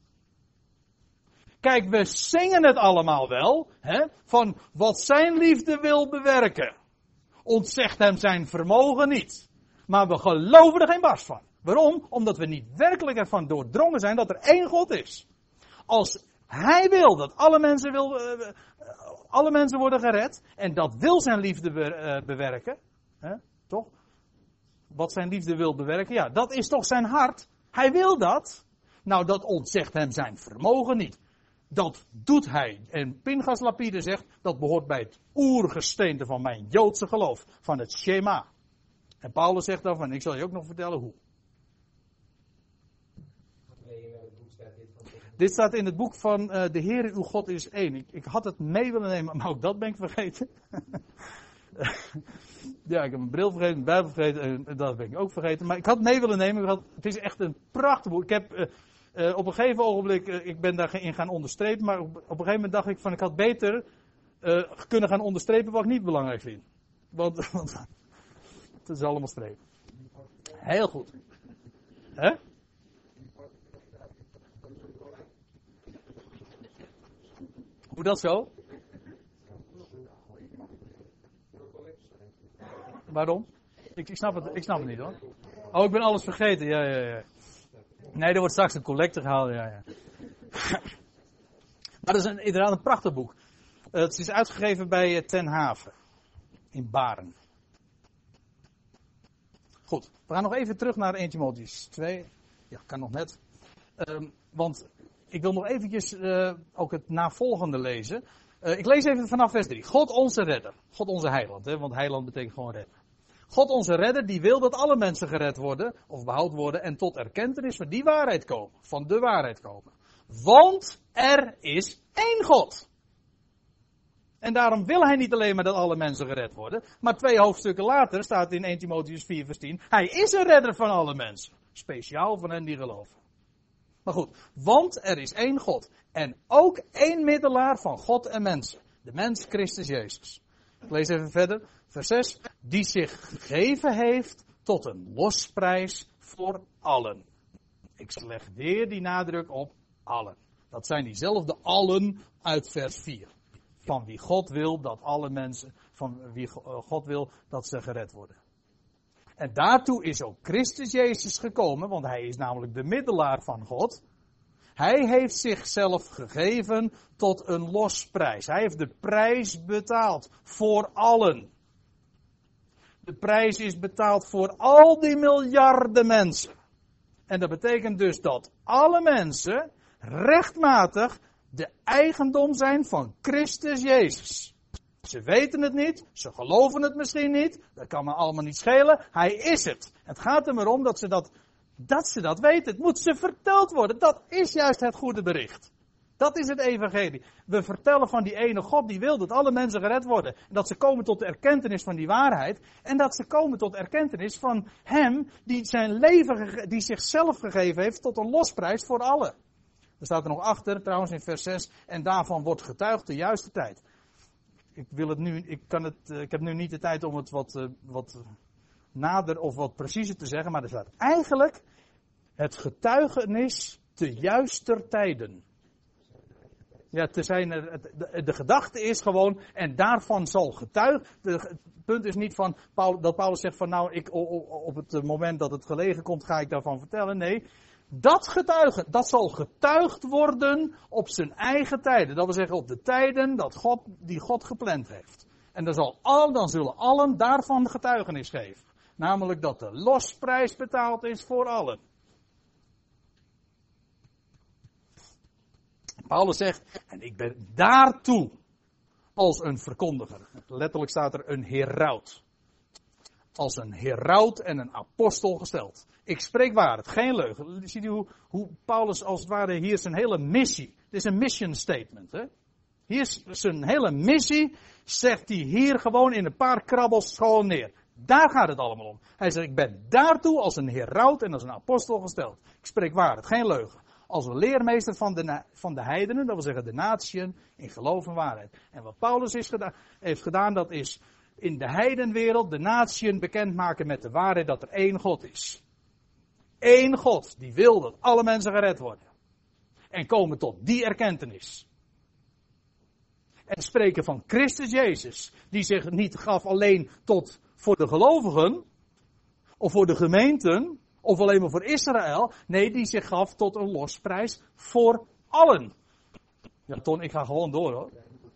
Kijk, we zingen het allemaal wel, hè, van wat zijn liefde wil bewerken. Ontzegt hem zijn vermogen niet. Maar we geloven er geen barst van. Waarom? Omdat we niet werkelijk ervan doordrongen zijn dat er één God is. Als hij wil dat alle mensen, wil, uh, alle mensen worden gered, en dat wil zijn liefde be, uh, bewerken, hè, toch? Wat zijn liefde wil bewerken, ja, dat is toch zijn hart. Hij wil dat. Nou, dat ontzegt hem zijn vermogen niet. Dat doet hij. En Pinchas Lapide zegt, dat behoort bij het oergesteente van mijn Joodse geloof. Van het Shema. En Paulus zegt dan van, ik zal je ook nog vertellen hoe. Dit staat in het boek van uh, de Heere uw God is één. Ik, ik had het mee willen nemen, maar ook dat ben ik vergeten. Ja, ik heb mijn bril vergeten, mijn bijbel vergeten en dat ben ik ook vergeten. Maar ik had het mee willen nemen, had, het is echt een prachtig boek. Ik heb uh, uh, op een gegeven ogenblik, uh, ik ben daarin gaan onderstrepen, maar op, op een gegeven moment dacht ik van ik had beter uh, kunnen gaan onderstrepen wat ik niet belangrijk vind. Want, want het is allemaal strepen. Heel goed. Hè? Hoe dat zo? Waarom? Ik, ik, snap het, ik snap het niet hoor. Oh, ik ben alles vergeten. Ja, ja, ja. Nee, er wordt straks een collecte gehaald. Ja, ja. Maar dat is een, inderdaad een prachtig boek. Uh, het is uitgegeven bij uh, Ten Haven. In Baren. Goed, we gaan nog even terug naar eerste Timotheüs twee. Ja, kan nog net. Um, want ik wil nog eventjes uh, ook het navolgende lezen. Uh, ik lees even vanaf vers drie. God onze redder. God onze heiland. Hè, want heiland betekent gewoon redder. God onze redder die wil dat alle mensen gered worden. Of behoud worden. En tot erkentenis van die waarheid komen. Van de waarheid komen. Want er is één God. En daarom wil hij niet alleen maar dat alle mensen gered worden. Maar twee hoofdstukken later staat in eerste Timotheüs vier vers tien. Hij is een redder van alle mensen. Speciaal van hen die geloven. Maar goed, want er is één God. En ook één middelaar van God en mensen. De mens Christus Jezus. Ik lees even verder. Vers zes. Die zich gegeven heeft tot een losprijs voor allen. Ik leg weer die nadruk op allen. Dat zijn diezelfde allen uit vers vier. Van wie God wil dat alle mensen, van wie God wil dat ze gered worden. En daartoe is ook Christus Jezus gekomen, want hij is namelijk de middelaar van God. Hij heeft zichzelf gegeven tot een losprijs. Hij heeft de prijs betaald voor allen. De prijs is betaald voor al die miljarden mensen. En dat betekent dus dat alle mensen rechtmatig de eigendom zijn van Christus Jezus. Ze weten het niet, ze geloven het misschien niet, dat kan me allemaal niet schelen, hij is het. Het gaat er maar om dat ze dat, dat ze dat weten, het moet ze verteld worden, dat is juist het goede bericht. Dat is het evangelie. We vertellen van die ene God die wil dat alle mensen gered worden. En dat ze komen tot de erkentenis van die waarheid. En dat ze komen tot erkentenis van hem die zijn leven, die zichzelf gegeven heeft tot een losprijs voor allen. Er staat er nog achter, trouwens in vers zes, en daarvan wordt getuigd de juiste tijd. Ik wil het nu, ik kan het, ik heb nu niet de tijd om het wat, wat nader of wat preciezer te zeggen, maar er staat eigenlijk het getuigenis te juister tijden. Ja, te zijn, de, de, de gedachte is gewoon, en daarvan zal getuigen. Het punt is niet van Paul, dat Paulus zegt van nou, ik, op het moment dat het gelegen komt, ga ik daarvan vertellen. Nee, dat getuigen, dat zal getuigd worden op zijn eigen tijden. Dat wil zeggen op de tijden dat God, die God gepland heeft. En dan, zal al, dan zullen allen daarvan getuigenis geven. Namelijk dat de losprijs betaald is voor allen. Paulus zegt, en ik ben daartoe als een verkondiger. Letterlijk staat er een heraut. Als een heraut en een apostel gesteld. Ik spreek waarheid, geen leugen. Ziet u hoe, hoe Paulus als het ware hier zijn hele missie. Dit is een mission statement. Hè? Hier is zijn hele missie, zegt hij hier gewoon in een paar krabbels gewoon neer. Daar gaat het allemaal om. Hij zegt, ik ben daartoe als een heraut en als een apostel gesteld. Ik spreek waarheid, geen leugen. als een leermeester van de, na- van de heidenen, dat wil zeggen de natieën, in geloof en waarheid. En wat Paulus is geda- heeft gedaan, dat is in de heidenwereld de natieën bekendmaken met de waarheid dat er één God is. Eén God die wil dat alle mensen gered worden. En komen tot die erkentenis. En spreken van Christus Jezus, die zich niet gaf alleen tot voor de gelovigen, of voor de gemeenten, of alleen maar voor Israël. Nee, die zich gaf tot een losprijs voor allen. Ja, Ton, ik ga gewoon door hoor.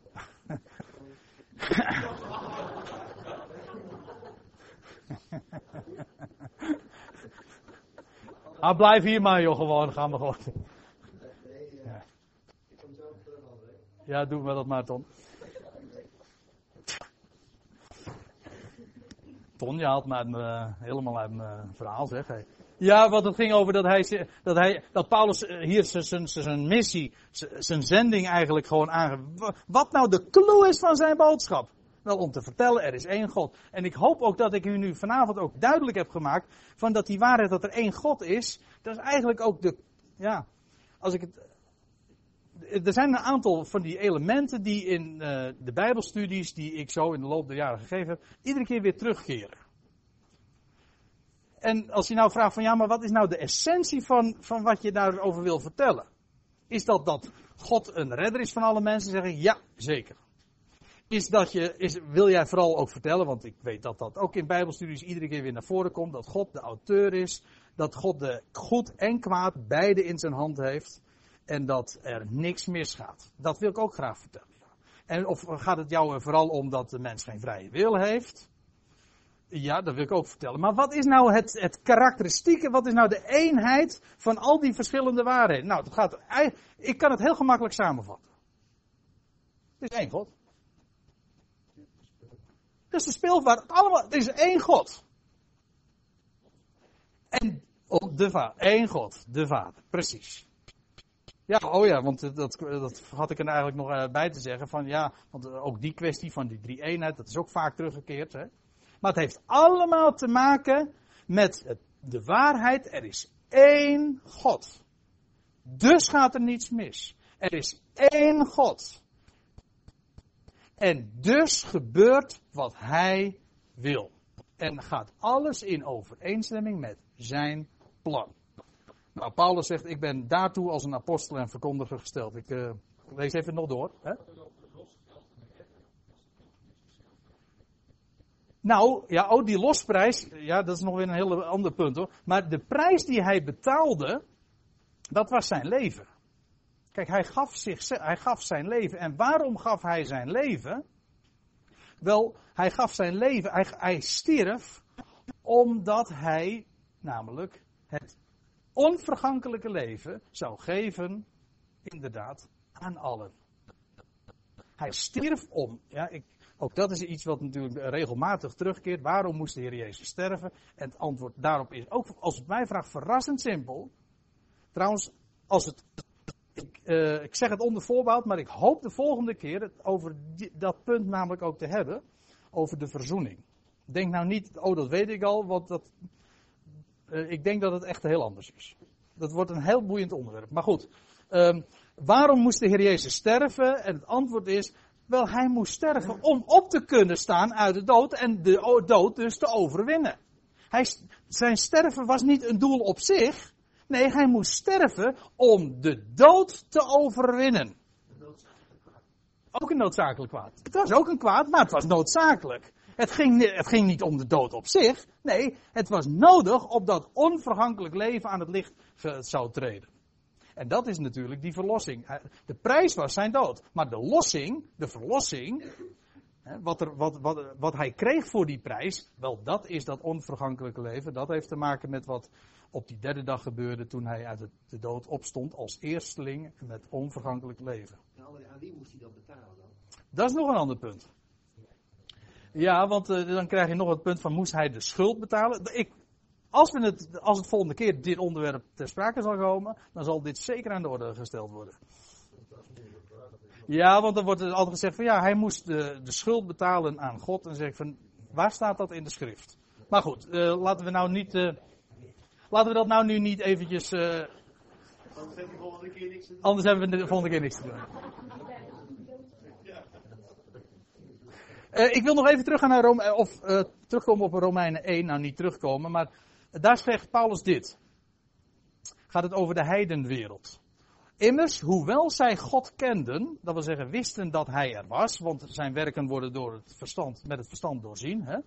Ah, blijf hier maar joh, gewoon, gaan we gewoon. Ja, ja doe maar dat maar, Ton. Ton, je haalt me uit mijn, helemaal uit mijn verhaal, zeg. Hey. Ja, want het ging over dat hij, dat hij, dat Paulus hier zijn, zijn missie, zijn zending eigenlijk gewoon aangeeft. Wat nou de clue is van zijn boodschap? Wel, om te vertellen, er is één God. En ik hoop ook dat ik u nu vanavond ook duidelijk heb gemaakt, van dat die waarheid dat er één God is, dat is eigenlijk ook de, ja, als ik het, er zijn een aantal van die elementen die in uh, de Bijbelstudies, die ik zo in de loop der jaren gegeven heb, iedere keer weer terugkeren. En als je nou vraagt van ja, maar wat is nou de essentie van, van wat je daarover wil vertellen? Is dat dat God een redder is van alle mensen? Zeggen ja, zeker. Is dat je, is, wil jij vooral ook vertellen, want ik weet dat dat ook in Bijbelstudies iedere keer weer naar voren komt, dat God de auteur is, dat God de goed en kwaad beide in zijn hand heeft. En dat er niks misgaat. Dat wil ik ook graag vertellen. En of gaat het jou er vooral om dat de mens geen vrije wil heeft? Ja, dat wil ik ook vertellen. Maar wat is nou het, het karakteristieke, wat is nou de eenheid van al die verschillende waarheden? Nou, dat gaat, ik kan het heel gemakkelijk samenvatten. Het is één God. Het is de speelvaart, allemaal, het is één God. En oh, de Vader, één God, de Vader, precies. Ja, oh ja, want dat, dat had ik er eigenlijk nog bij te zeggen. Van ja, want ook die kwestie van die drie eenheid, dat is ook vaak teruggekeerd. Hè? Maar het heeft allemaal te maken met het, de waarheid. Er is één God. Dus gaat er niets mis. Er is één God. En dus gebeurt wat Hij wil. En gaat alles in overeenstemming met zijn plan. Nou, Paulus zegt, ik ben daartoe als een apostel en verkondiger gesteld. Ik uh, lees even nog door. Hè? Nou, ja, oh, die losprijs, ja, dat is nog weer een heel ander punt hoor. Maar de prijs die hij betaalde, dat was zijn leven. Kijk, hij gaf, zich, hij gaf zijn leven. En waarom gaf hij zijn leven? Wel, hij gaf zijn leven, hij, hij stierf, omdat hij namelijk het onvergankelijke leven zou geven, inderdaad, aan allen. Hij stierf om, ja, ik, ook dat is iets wat natuurlijk regelmatig terugkeert. Waarom moest de Heer Jezus sterven? En het antwoord daarop is ook, als het mij vraagt, verrassend simpel. Trouwens, als het, ik, uh, ik zeg het onder voorbehoud, maar ik hoop de volgende keer het over die, dat punt namelijk ook te hebben, over de verzoening. Denk nou niet, oh dat weet ik al, want dat, uh, ik denk dat het echt heel anders is. Dat wordt een heel boeiend onderwerp. Maar goed, um, waarom moest de Heer Jezus sterven? En het antwoord is, wel hij moest sterven om op te kunnen staan uit de dood en de dood dus te overwinnen. Hij, zijn sterven was niet een doel op zich. Nee, hij moest sterven om de dood te overwinnen. Ook een noodzakelijk kwaad. Het was ook een kwaad, maar het was noodzakelijk. Het ging, het ging niet om de dood op zich. Nee, het was nodig opdat onvergankelijk leven aan het licht zou treden. En dat is natuurlijk die verlossing. De prijs was zijn dood. Maar de lossing, de verlossing, wat, er, wat, wat, wat hij kreeg voor die prijs, wel dat is dat onvergankelijke leven. Dat heeft te maken met wat op die derde dag gebeurde toen hij uit de dood opstond als eersteling met onvergankelijk leven. Aan wie moest hij dat betalen dan? Dat is nog een ander punt. Ja, want uh, dan krijg je nog het punt van moest hij de schuld betalen. Ik, als, we het, als het volgende keer dit onderwerp ter sprake zal komen, dan zal dit zeker aan de orde gesteld worden. Ja, want dan wordt er altijd gezegd van ja, hij moest de, de schuld betalen aan God. En dan zeg ik van, waar staat dat in de schrift? Maar goed, uh, laten we nou niet, uh, laten we dat nou nu niet eventjes uh, Anders heb je de volgende keer niks te doen. Anders hebben we de volgende keer niks te doen. Uh, ik wil nog even teruggaan naar Rome, of uh, terugkomen op Romeinen één. Nou, niet terugkomen, maar daar zegt Paulus dit. Gaat het over de heidenwereld. Immers, hoewel zij God kenden, dat wil zeggen wisten dat hij er was, want zijn werken worden door het verstand, met het verstand doorzien. Hè?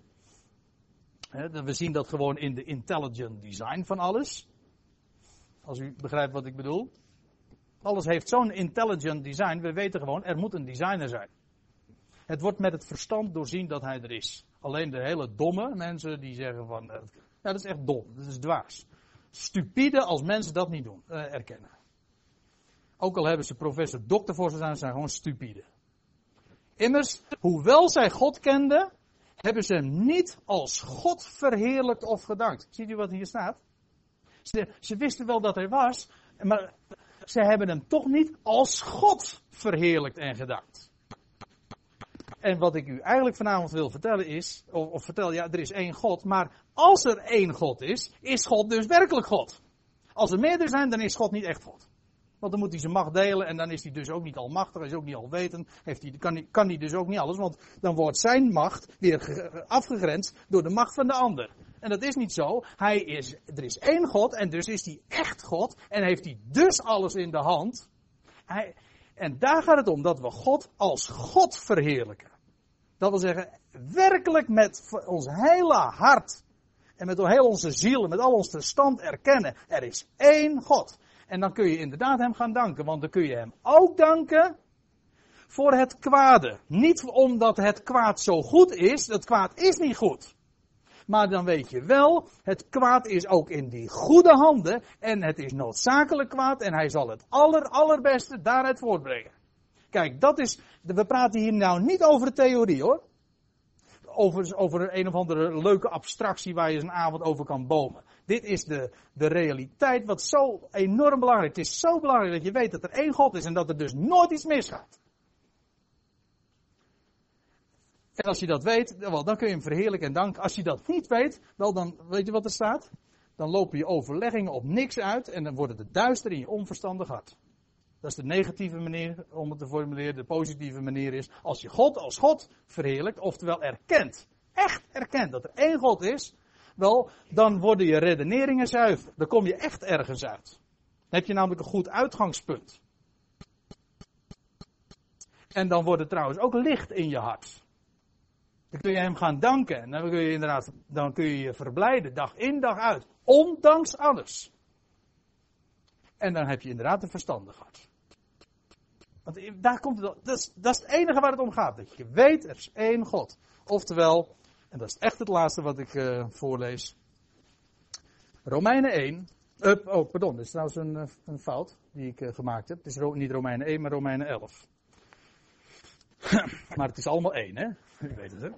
Hè, we zien dat gewoon in de intelligent design van alles. Als u begrijpt wat ik bedoel. Alles heeft zo'n intelligent design, we weten gewoon, er moet een designer zijn. Het wordt met het verstand doorzien dat hij er is. Alleen de hele domme mensen die zeggen van, ja, dat is echt dom, dat is dwaas. Stupide als mensen dat niet doen, uh, erkennen. Ook al hebben ze professor dokter voor ze zijn, zijn gewoon stupide. Immers, hoewel zij God kenden, hebben ze hem niet als God verheerlijkt of gedankt. Ziet u wat hier staat? Ze, ze wisten wel dat hij was, maar ze hebben hem toch niet als God verheerlijkt en gedankt. En wat ik u eigenlijk vanavond wil vertellen is, of, of vertel, ja, er is één God, maar als er één God is, is God dus werkelijk God. Als er meerdere zijn, dan is God niet echt God. Want dan moet hij zijn macht delen en dan is hij dus ook niet almachtig, hij is ook niet alwetend, heeft hij, kan, hij, kan hij dus ook niet alles, want dan wordt zijn macht weer ge, afgegrensd door de macht van de ander. En dat is niet zo. Hij is, er is één God en dus is hij echt God en heeft hij dus alles in de hand. Hij, en daar gaat het om, dat we God als God verheerlijken. Dat wil zeggen, werkelijk met ons hele hart en met heel onze ziel en met al ons verstand erkennen, er is één God. En dan kun je inderdaad hem gaan danken, want dan kun je hem ook danken voor het kwade. Niet omdat het kwaad zo goed is, het kwaad is niet goed. Maar dan weet je wel, het kwaad is ook in die goede handen en het is noodzakelijk kwaad en hij zal het aller, allerbeste daaruit voortbrengen. Kijk, dat is, we praten hier nou niet over de theorie hoor. Over, over een of andere leuke abstractie waar je eens een avond over kan bomen. Dit is de, de realiteit wat zo enorm belangrijk is. Het is zo belangrijk dat je weet dat er één God is en dat er dus nooit iets misgaat. En als je dat weet, wel, dan kun je hem verheerlijken en danken. Als je dat niet weet, wel dan weet je wat er staat? Dan lopen je overleggingen op niks uit en dan worden de duister in je onverstandig hart. Dat is de negatieve manier om het te formuleren. De positieve manier is, als je God als God verheerlijkt, oftewel erkent, echt erkent dat er één God is, wel, dan worden je redeneringen zuiver. Dan kom je echt ergens uit. Dan heb je namelijk een goed uitgangspunt. En dan wordt het trouwens ook licht in je hart. Dan kun je hem gaan danken. En dan kun je inderdaad, dan kun je je verblijden, dag in dag uit. Ondanks alles. En dan heb je inderdaad een verstandig hart. Want daar komt het, dat is, dat is het enige waar het om gaat. Dat je weet, er is één God. Oftewel, en dat is echt het laatste wat ik uh, voorlees. Romeinen één. Uh, oh, pardon, dit is trouwens een, uh, een fout die ik uh, gemaakt heb. Het is ro- niet Romeinen één, maar Romeinen elf. Maar het is allemaal één, hè? U weet het, hè?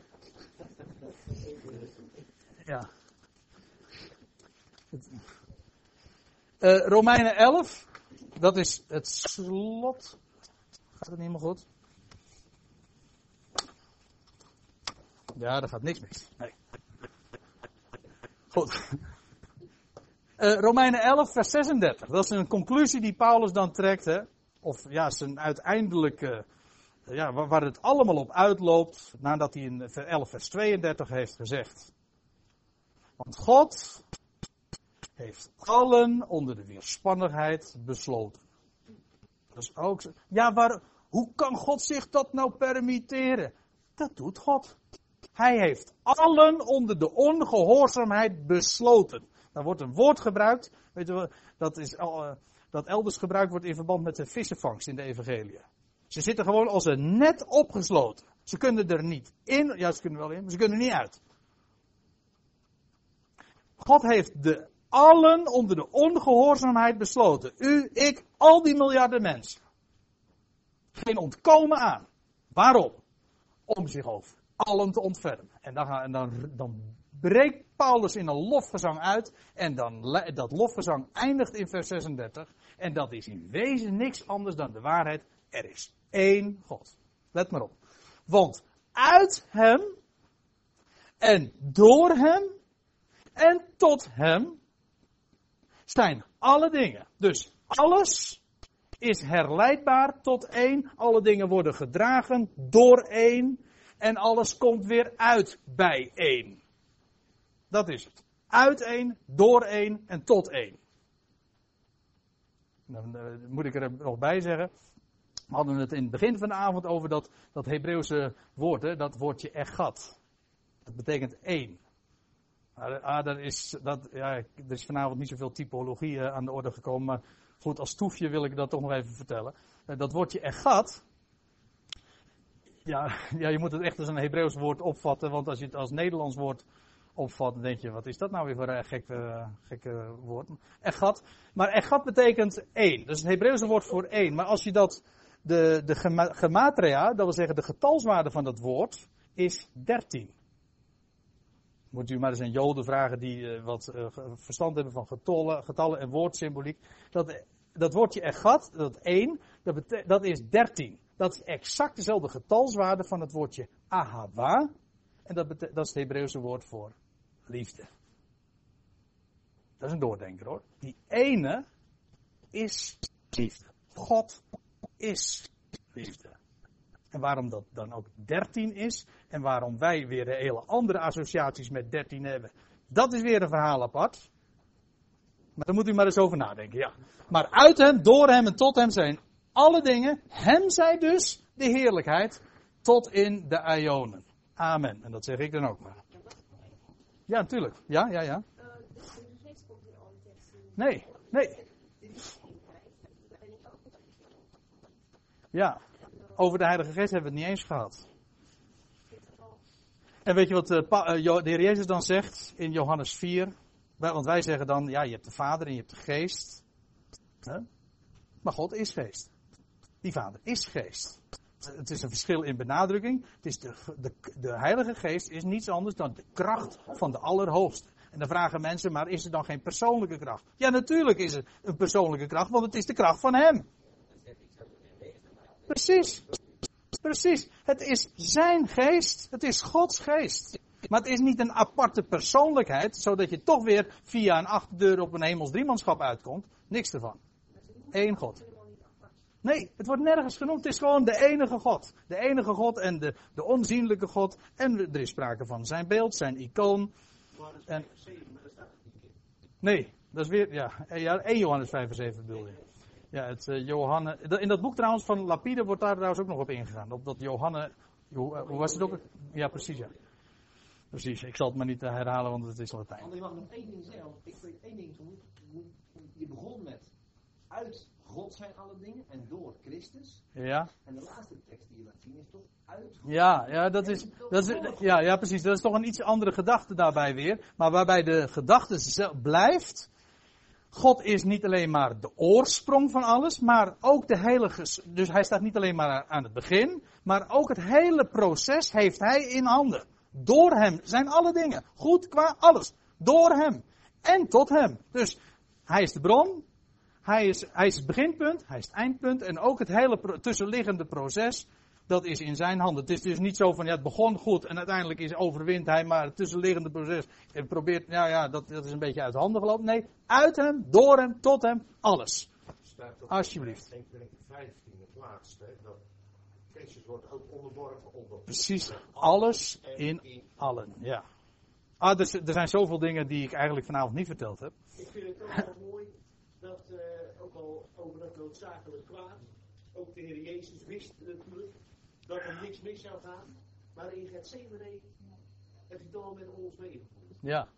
Ja. Uh, Romeinen elf. Dat is het slot. Gaat het niet meer goed? Ja, daar gaat niks mis. Nee. Goed. Uh, Romeinen elf, vers zesendertig. Dat is een conclusie die Paulus dan trekt, hè? Of ja, zijn uiteindelijke, uh, ja, waar, waar het allemaal op uitloopt, nadat hij in elf, vers tweeëndertig heeft gezegd. Want God heeft allen onder de weerspannigheid besloten. Dat is ook zo. Ja, waar, hoe kan God zich dat nou permitteren? Dat doet God. Hij heeft allen onder de ongehoorzaamheid besloten. Daar wordt een woord gebruikt, weet je, dat, is, uh, dat elders gebruikt wordt in verband met de vissenvangst in de evangelie. Ze zitten gewoon als een net opgesloten. Ze kunnen er niet in, ja ze kunnen wel in, maar ze kunnen er niet uit. God heeft de allen onder de ongehoorzaamheid besloten. U, ik, al die miljarden mensen. Geen ontkomen aan. Waarom? Om zich over allen te ontfermen. En dan, en dan, dan breekt Paulus in een lofgezang uit. En dan, dat lofgezang eindigt in vers zesendertig. En dat is in wezen niks anders dan de waarheid. Er is één God. Let maar op. Want uit hem en door hem en tot hem zijn alle dingen. Dus Alles is herleidbaar tot één. Alle dingen worden gedragen door één. En alles komt weer uit bij één. Dat is het. Uit één, door één en tot één. Dan uh, moet ik er nog bij zeggen. We hadden het in het begin van de avond over dat, dat Hebreeuwse woord, hè, dat woordje echat. Dat betekent één. Ah, dat is, dat, ja, er is vanavond niet zoveel typologie uh, aan de orde gekomen, maar goed, als toefje wil ik dat toch nog even vertellen. Uh, dat woordje echat, ja, ja, je moet het echt als een Hebreeuws woord opvatten, want als je het als Nederlands woord opvat, dan denk je, wat is dat nou weer voor een gekke, uh, gekke woord. Echat, maar echat betekent één, dat is het Hebreeuwse woord voor één, maar als je dat, de, de gema, gematria, dat wil zeggen de getalswaarde van dat woord, is dertien. Moet u maar eens aan Joden vragen die uh, wat uh, verstand hebben van getallen, getallen en woordsymboliek. Dat, dat woordje echat, dat één, dat, bete- dat is dertien. Dat is exact dezelfde getalswaarde van het woordje ahava. En dat, bete- dat is het Hebreeuwse woord voor liefde. Dat is een doordenker hoor. Die ene is liefde. God is liefde. En waarom dat dan ook dertien is. En waarom wij weer hele andere associaties met dertien hebben. Dat is weer een verhaal apart. Maar daar moet u maar eens over nadenken. Ja. Maar uit hem, door hem en tot hem zijn alle dingen. Hem zij dus de heerlijkheid tot in de aionen. Amen. En dat zeg ik dan ook maar. Ja, natuurlijk. Ja, ja, ja. Nee, nee. Ja. Over de Heilige Geest hebben we het niet eens gehad. En weet je wat de, de Heer Jezus dan zegt in Johannes vier? Want wij zeggen dan, ja, je hebt de Vader en je hebt de Geest. Maar God is Geest. Die Vader is Geest. Het is een verschil in benadrukking. Het is de, de, de Heilige Geest is niets anders dan de kracht van de Allerhoogste. En dan vragen mensen, maar is er dan geen persoonlijke kracht? Ja, natuurlijk is er een persoonlijke kracht, want het is de kracht van Hem. Precies. Precies. Het is zijn geest. Het is Gods geest. Maar het is niet een aparte persoonlijkheid, zodat je toch weer via een achterdeur op een hemels driemanschap uitkomt. Niks ervan. Eén God. Nee, het wordt nergens genoemd. Het is gewoon de enige God. De enige God en de, de onzienlijke God. En er is sprake van zijn beeld, zijn icoon. En, nee, dat is weer, ja, ja één Johannes vijf vers zeven bedoel je. Ja, het uh, Johannes, in dat boek trouwens van Lapide wordt daar trouwens ook nog op ingegaan. Op dat Johannes, hoe, hoe was het ook? Ja, precies, ja. Precies, ik zal het maar niet herhalen, want het is Latijn. Want ik mag nog één ding zeggen, ik weet één ding doen. Je begon met, uit God zijn alle dingen en door Christus. Ja. En de laatste tekst die je laat zien is toch uit God. Ja, ja, dat is, dat is, ja, ja, precies. Dat is toch een iets andere gedachte daarbij weer. Maar waarbij de gedachte blijft. God is niet alleen maar de oorsprong van alles, maar ook de heilige. Dus hij staat niet alleen maar aan het begin, maar ook het hele proces heeft hij in handen. Door hem zijn alle dingen. Goed, qua alles. Door hem. En tot hem. Dus hij is de bron. Hij is, hij is het beginpunt. Hij is het eindpunt. En ook het hele pro- tussenliggende proces. Dat is in zijn handen. Het is dus niet zo van, ja, het begon goed en uiteindelijk is, overwint hij, maar het tussenliggende proces en probeert, nou ja, dat, dat is een beetje uit de handen gelopen. Nee, uit hem, door hem, tot hem, alles. Alsjeblieft. Ik denk vijftien, het laatste, dat Christus wordt ook onderworpen onder. Precies, alles in allen, ja. Ah, er, er zijn zoveel dingen die ik eigenlijk vanavond niet verteld heb. Ik vind het ook wel mooi dat, uh, ook al over dat noodzakelijk kwaad, ook de Heer Jezus wist natuurlijk dat er niks mis zou gaan, maar in Gethsemane heeft hij toch met ons meegevoerd. Ja.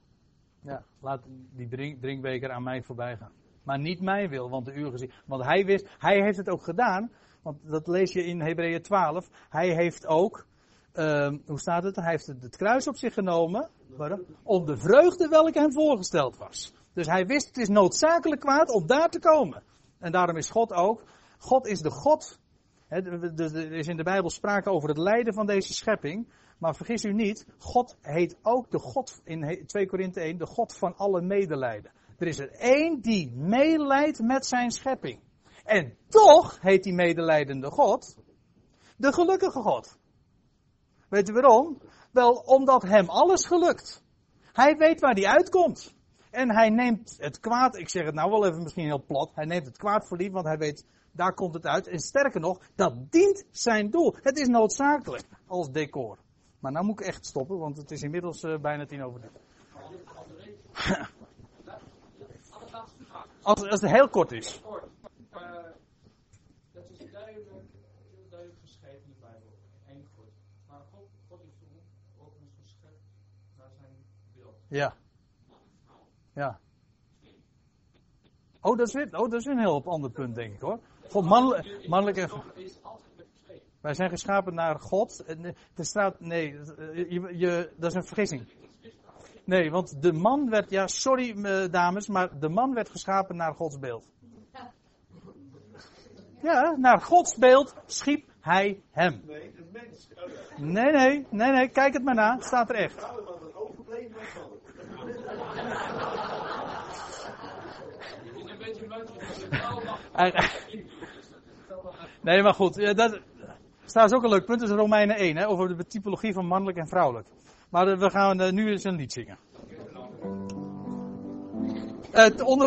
Ja, laat die drink, drinkbeker aan mij voorbij gaan. Maar niet mijn wil, want de uur gezien. Want hij wist, hij heeft het ook gedaan, want dat lees je in Hebreeën twaalf. Hij heeft ook, uh, hoe staat het? Hij heeft het, het kruis op zich genomen, waarom? Om de vreugde welke hem voorgesteld was. Dus hij wist, het is noodzakelijk kwaad om daar te komen. En daarom is God ook, God is de God. He, er is in de Bijbel sprake over het lijden van deze schepping. Maar vergis u niet, God heet ook de God, in twee Korinthe één, de God van alle medelijden. Er is er één die meelijdt met zijn schepping. En toch heet die medelijdende God de gelukkige God. Weet u waarom? Wel, omdat hem alles gelukt. Hij weet waar hij uitkomt. En hij neemt het kwaad, ik zeg het nou wel even misschien heel plat, hij neemt het kwaad voor lief, want hij weet, daar komt het uit. En sterker nog, dat dient zijn doel. Het is noodzakelijk als decor. Maar nou moet ik echt stoppen, want het is inmiddels uh, bijna tien over drie. Als, als het heel kort is. Dat is duidelijk, heel duidelijk geschreven in de Bijbel. Eén God. Maar God, God is ook ons geschept naar zijn beeld. Ja. Ja. Oh, dat is weer, oh, dat is weer een heel ander punt, denk ik hoor. God, mannelijk, mannelijk en... Wij zijn geschapen naar God. Er staat, nee, je, je, dat is een vergissing. Nee, want de man werd, ja, sorry dames, maar de man werd geschapen naar Gods beeld. Ja, naar Gods beeld schiep hij hem. Nee, de mens. Nee, nee, nee, nee, kijk het maar na, het staat er echt. Nee, maar goed, dat staat ook een leuk punt, dat is Romeinen één, hè, over de typologie van mannelijk en vrouwelijk. Maar we gaan nu eens een lied zingen. Het onder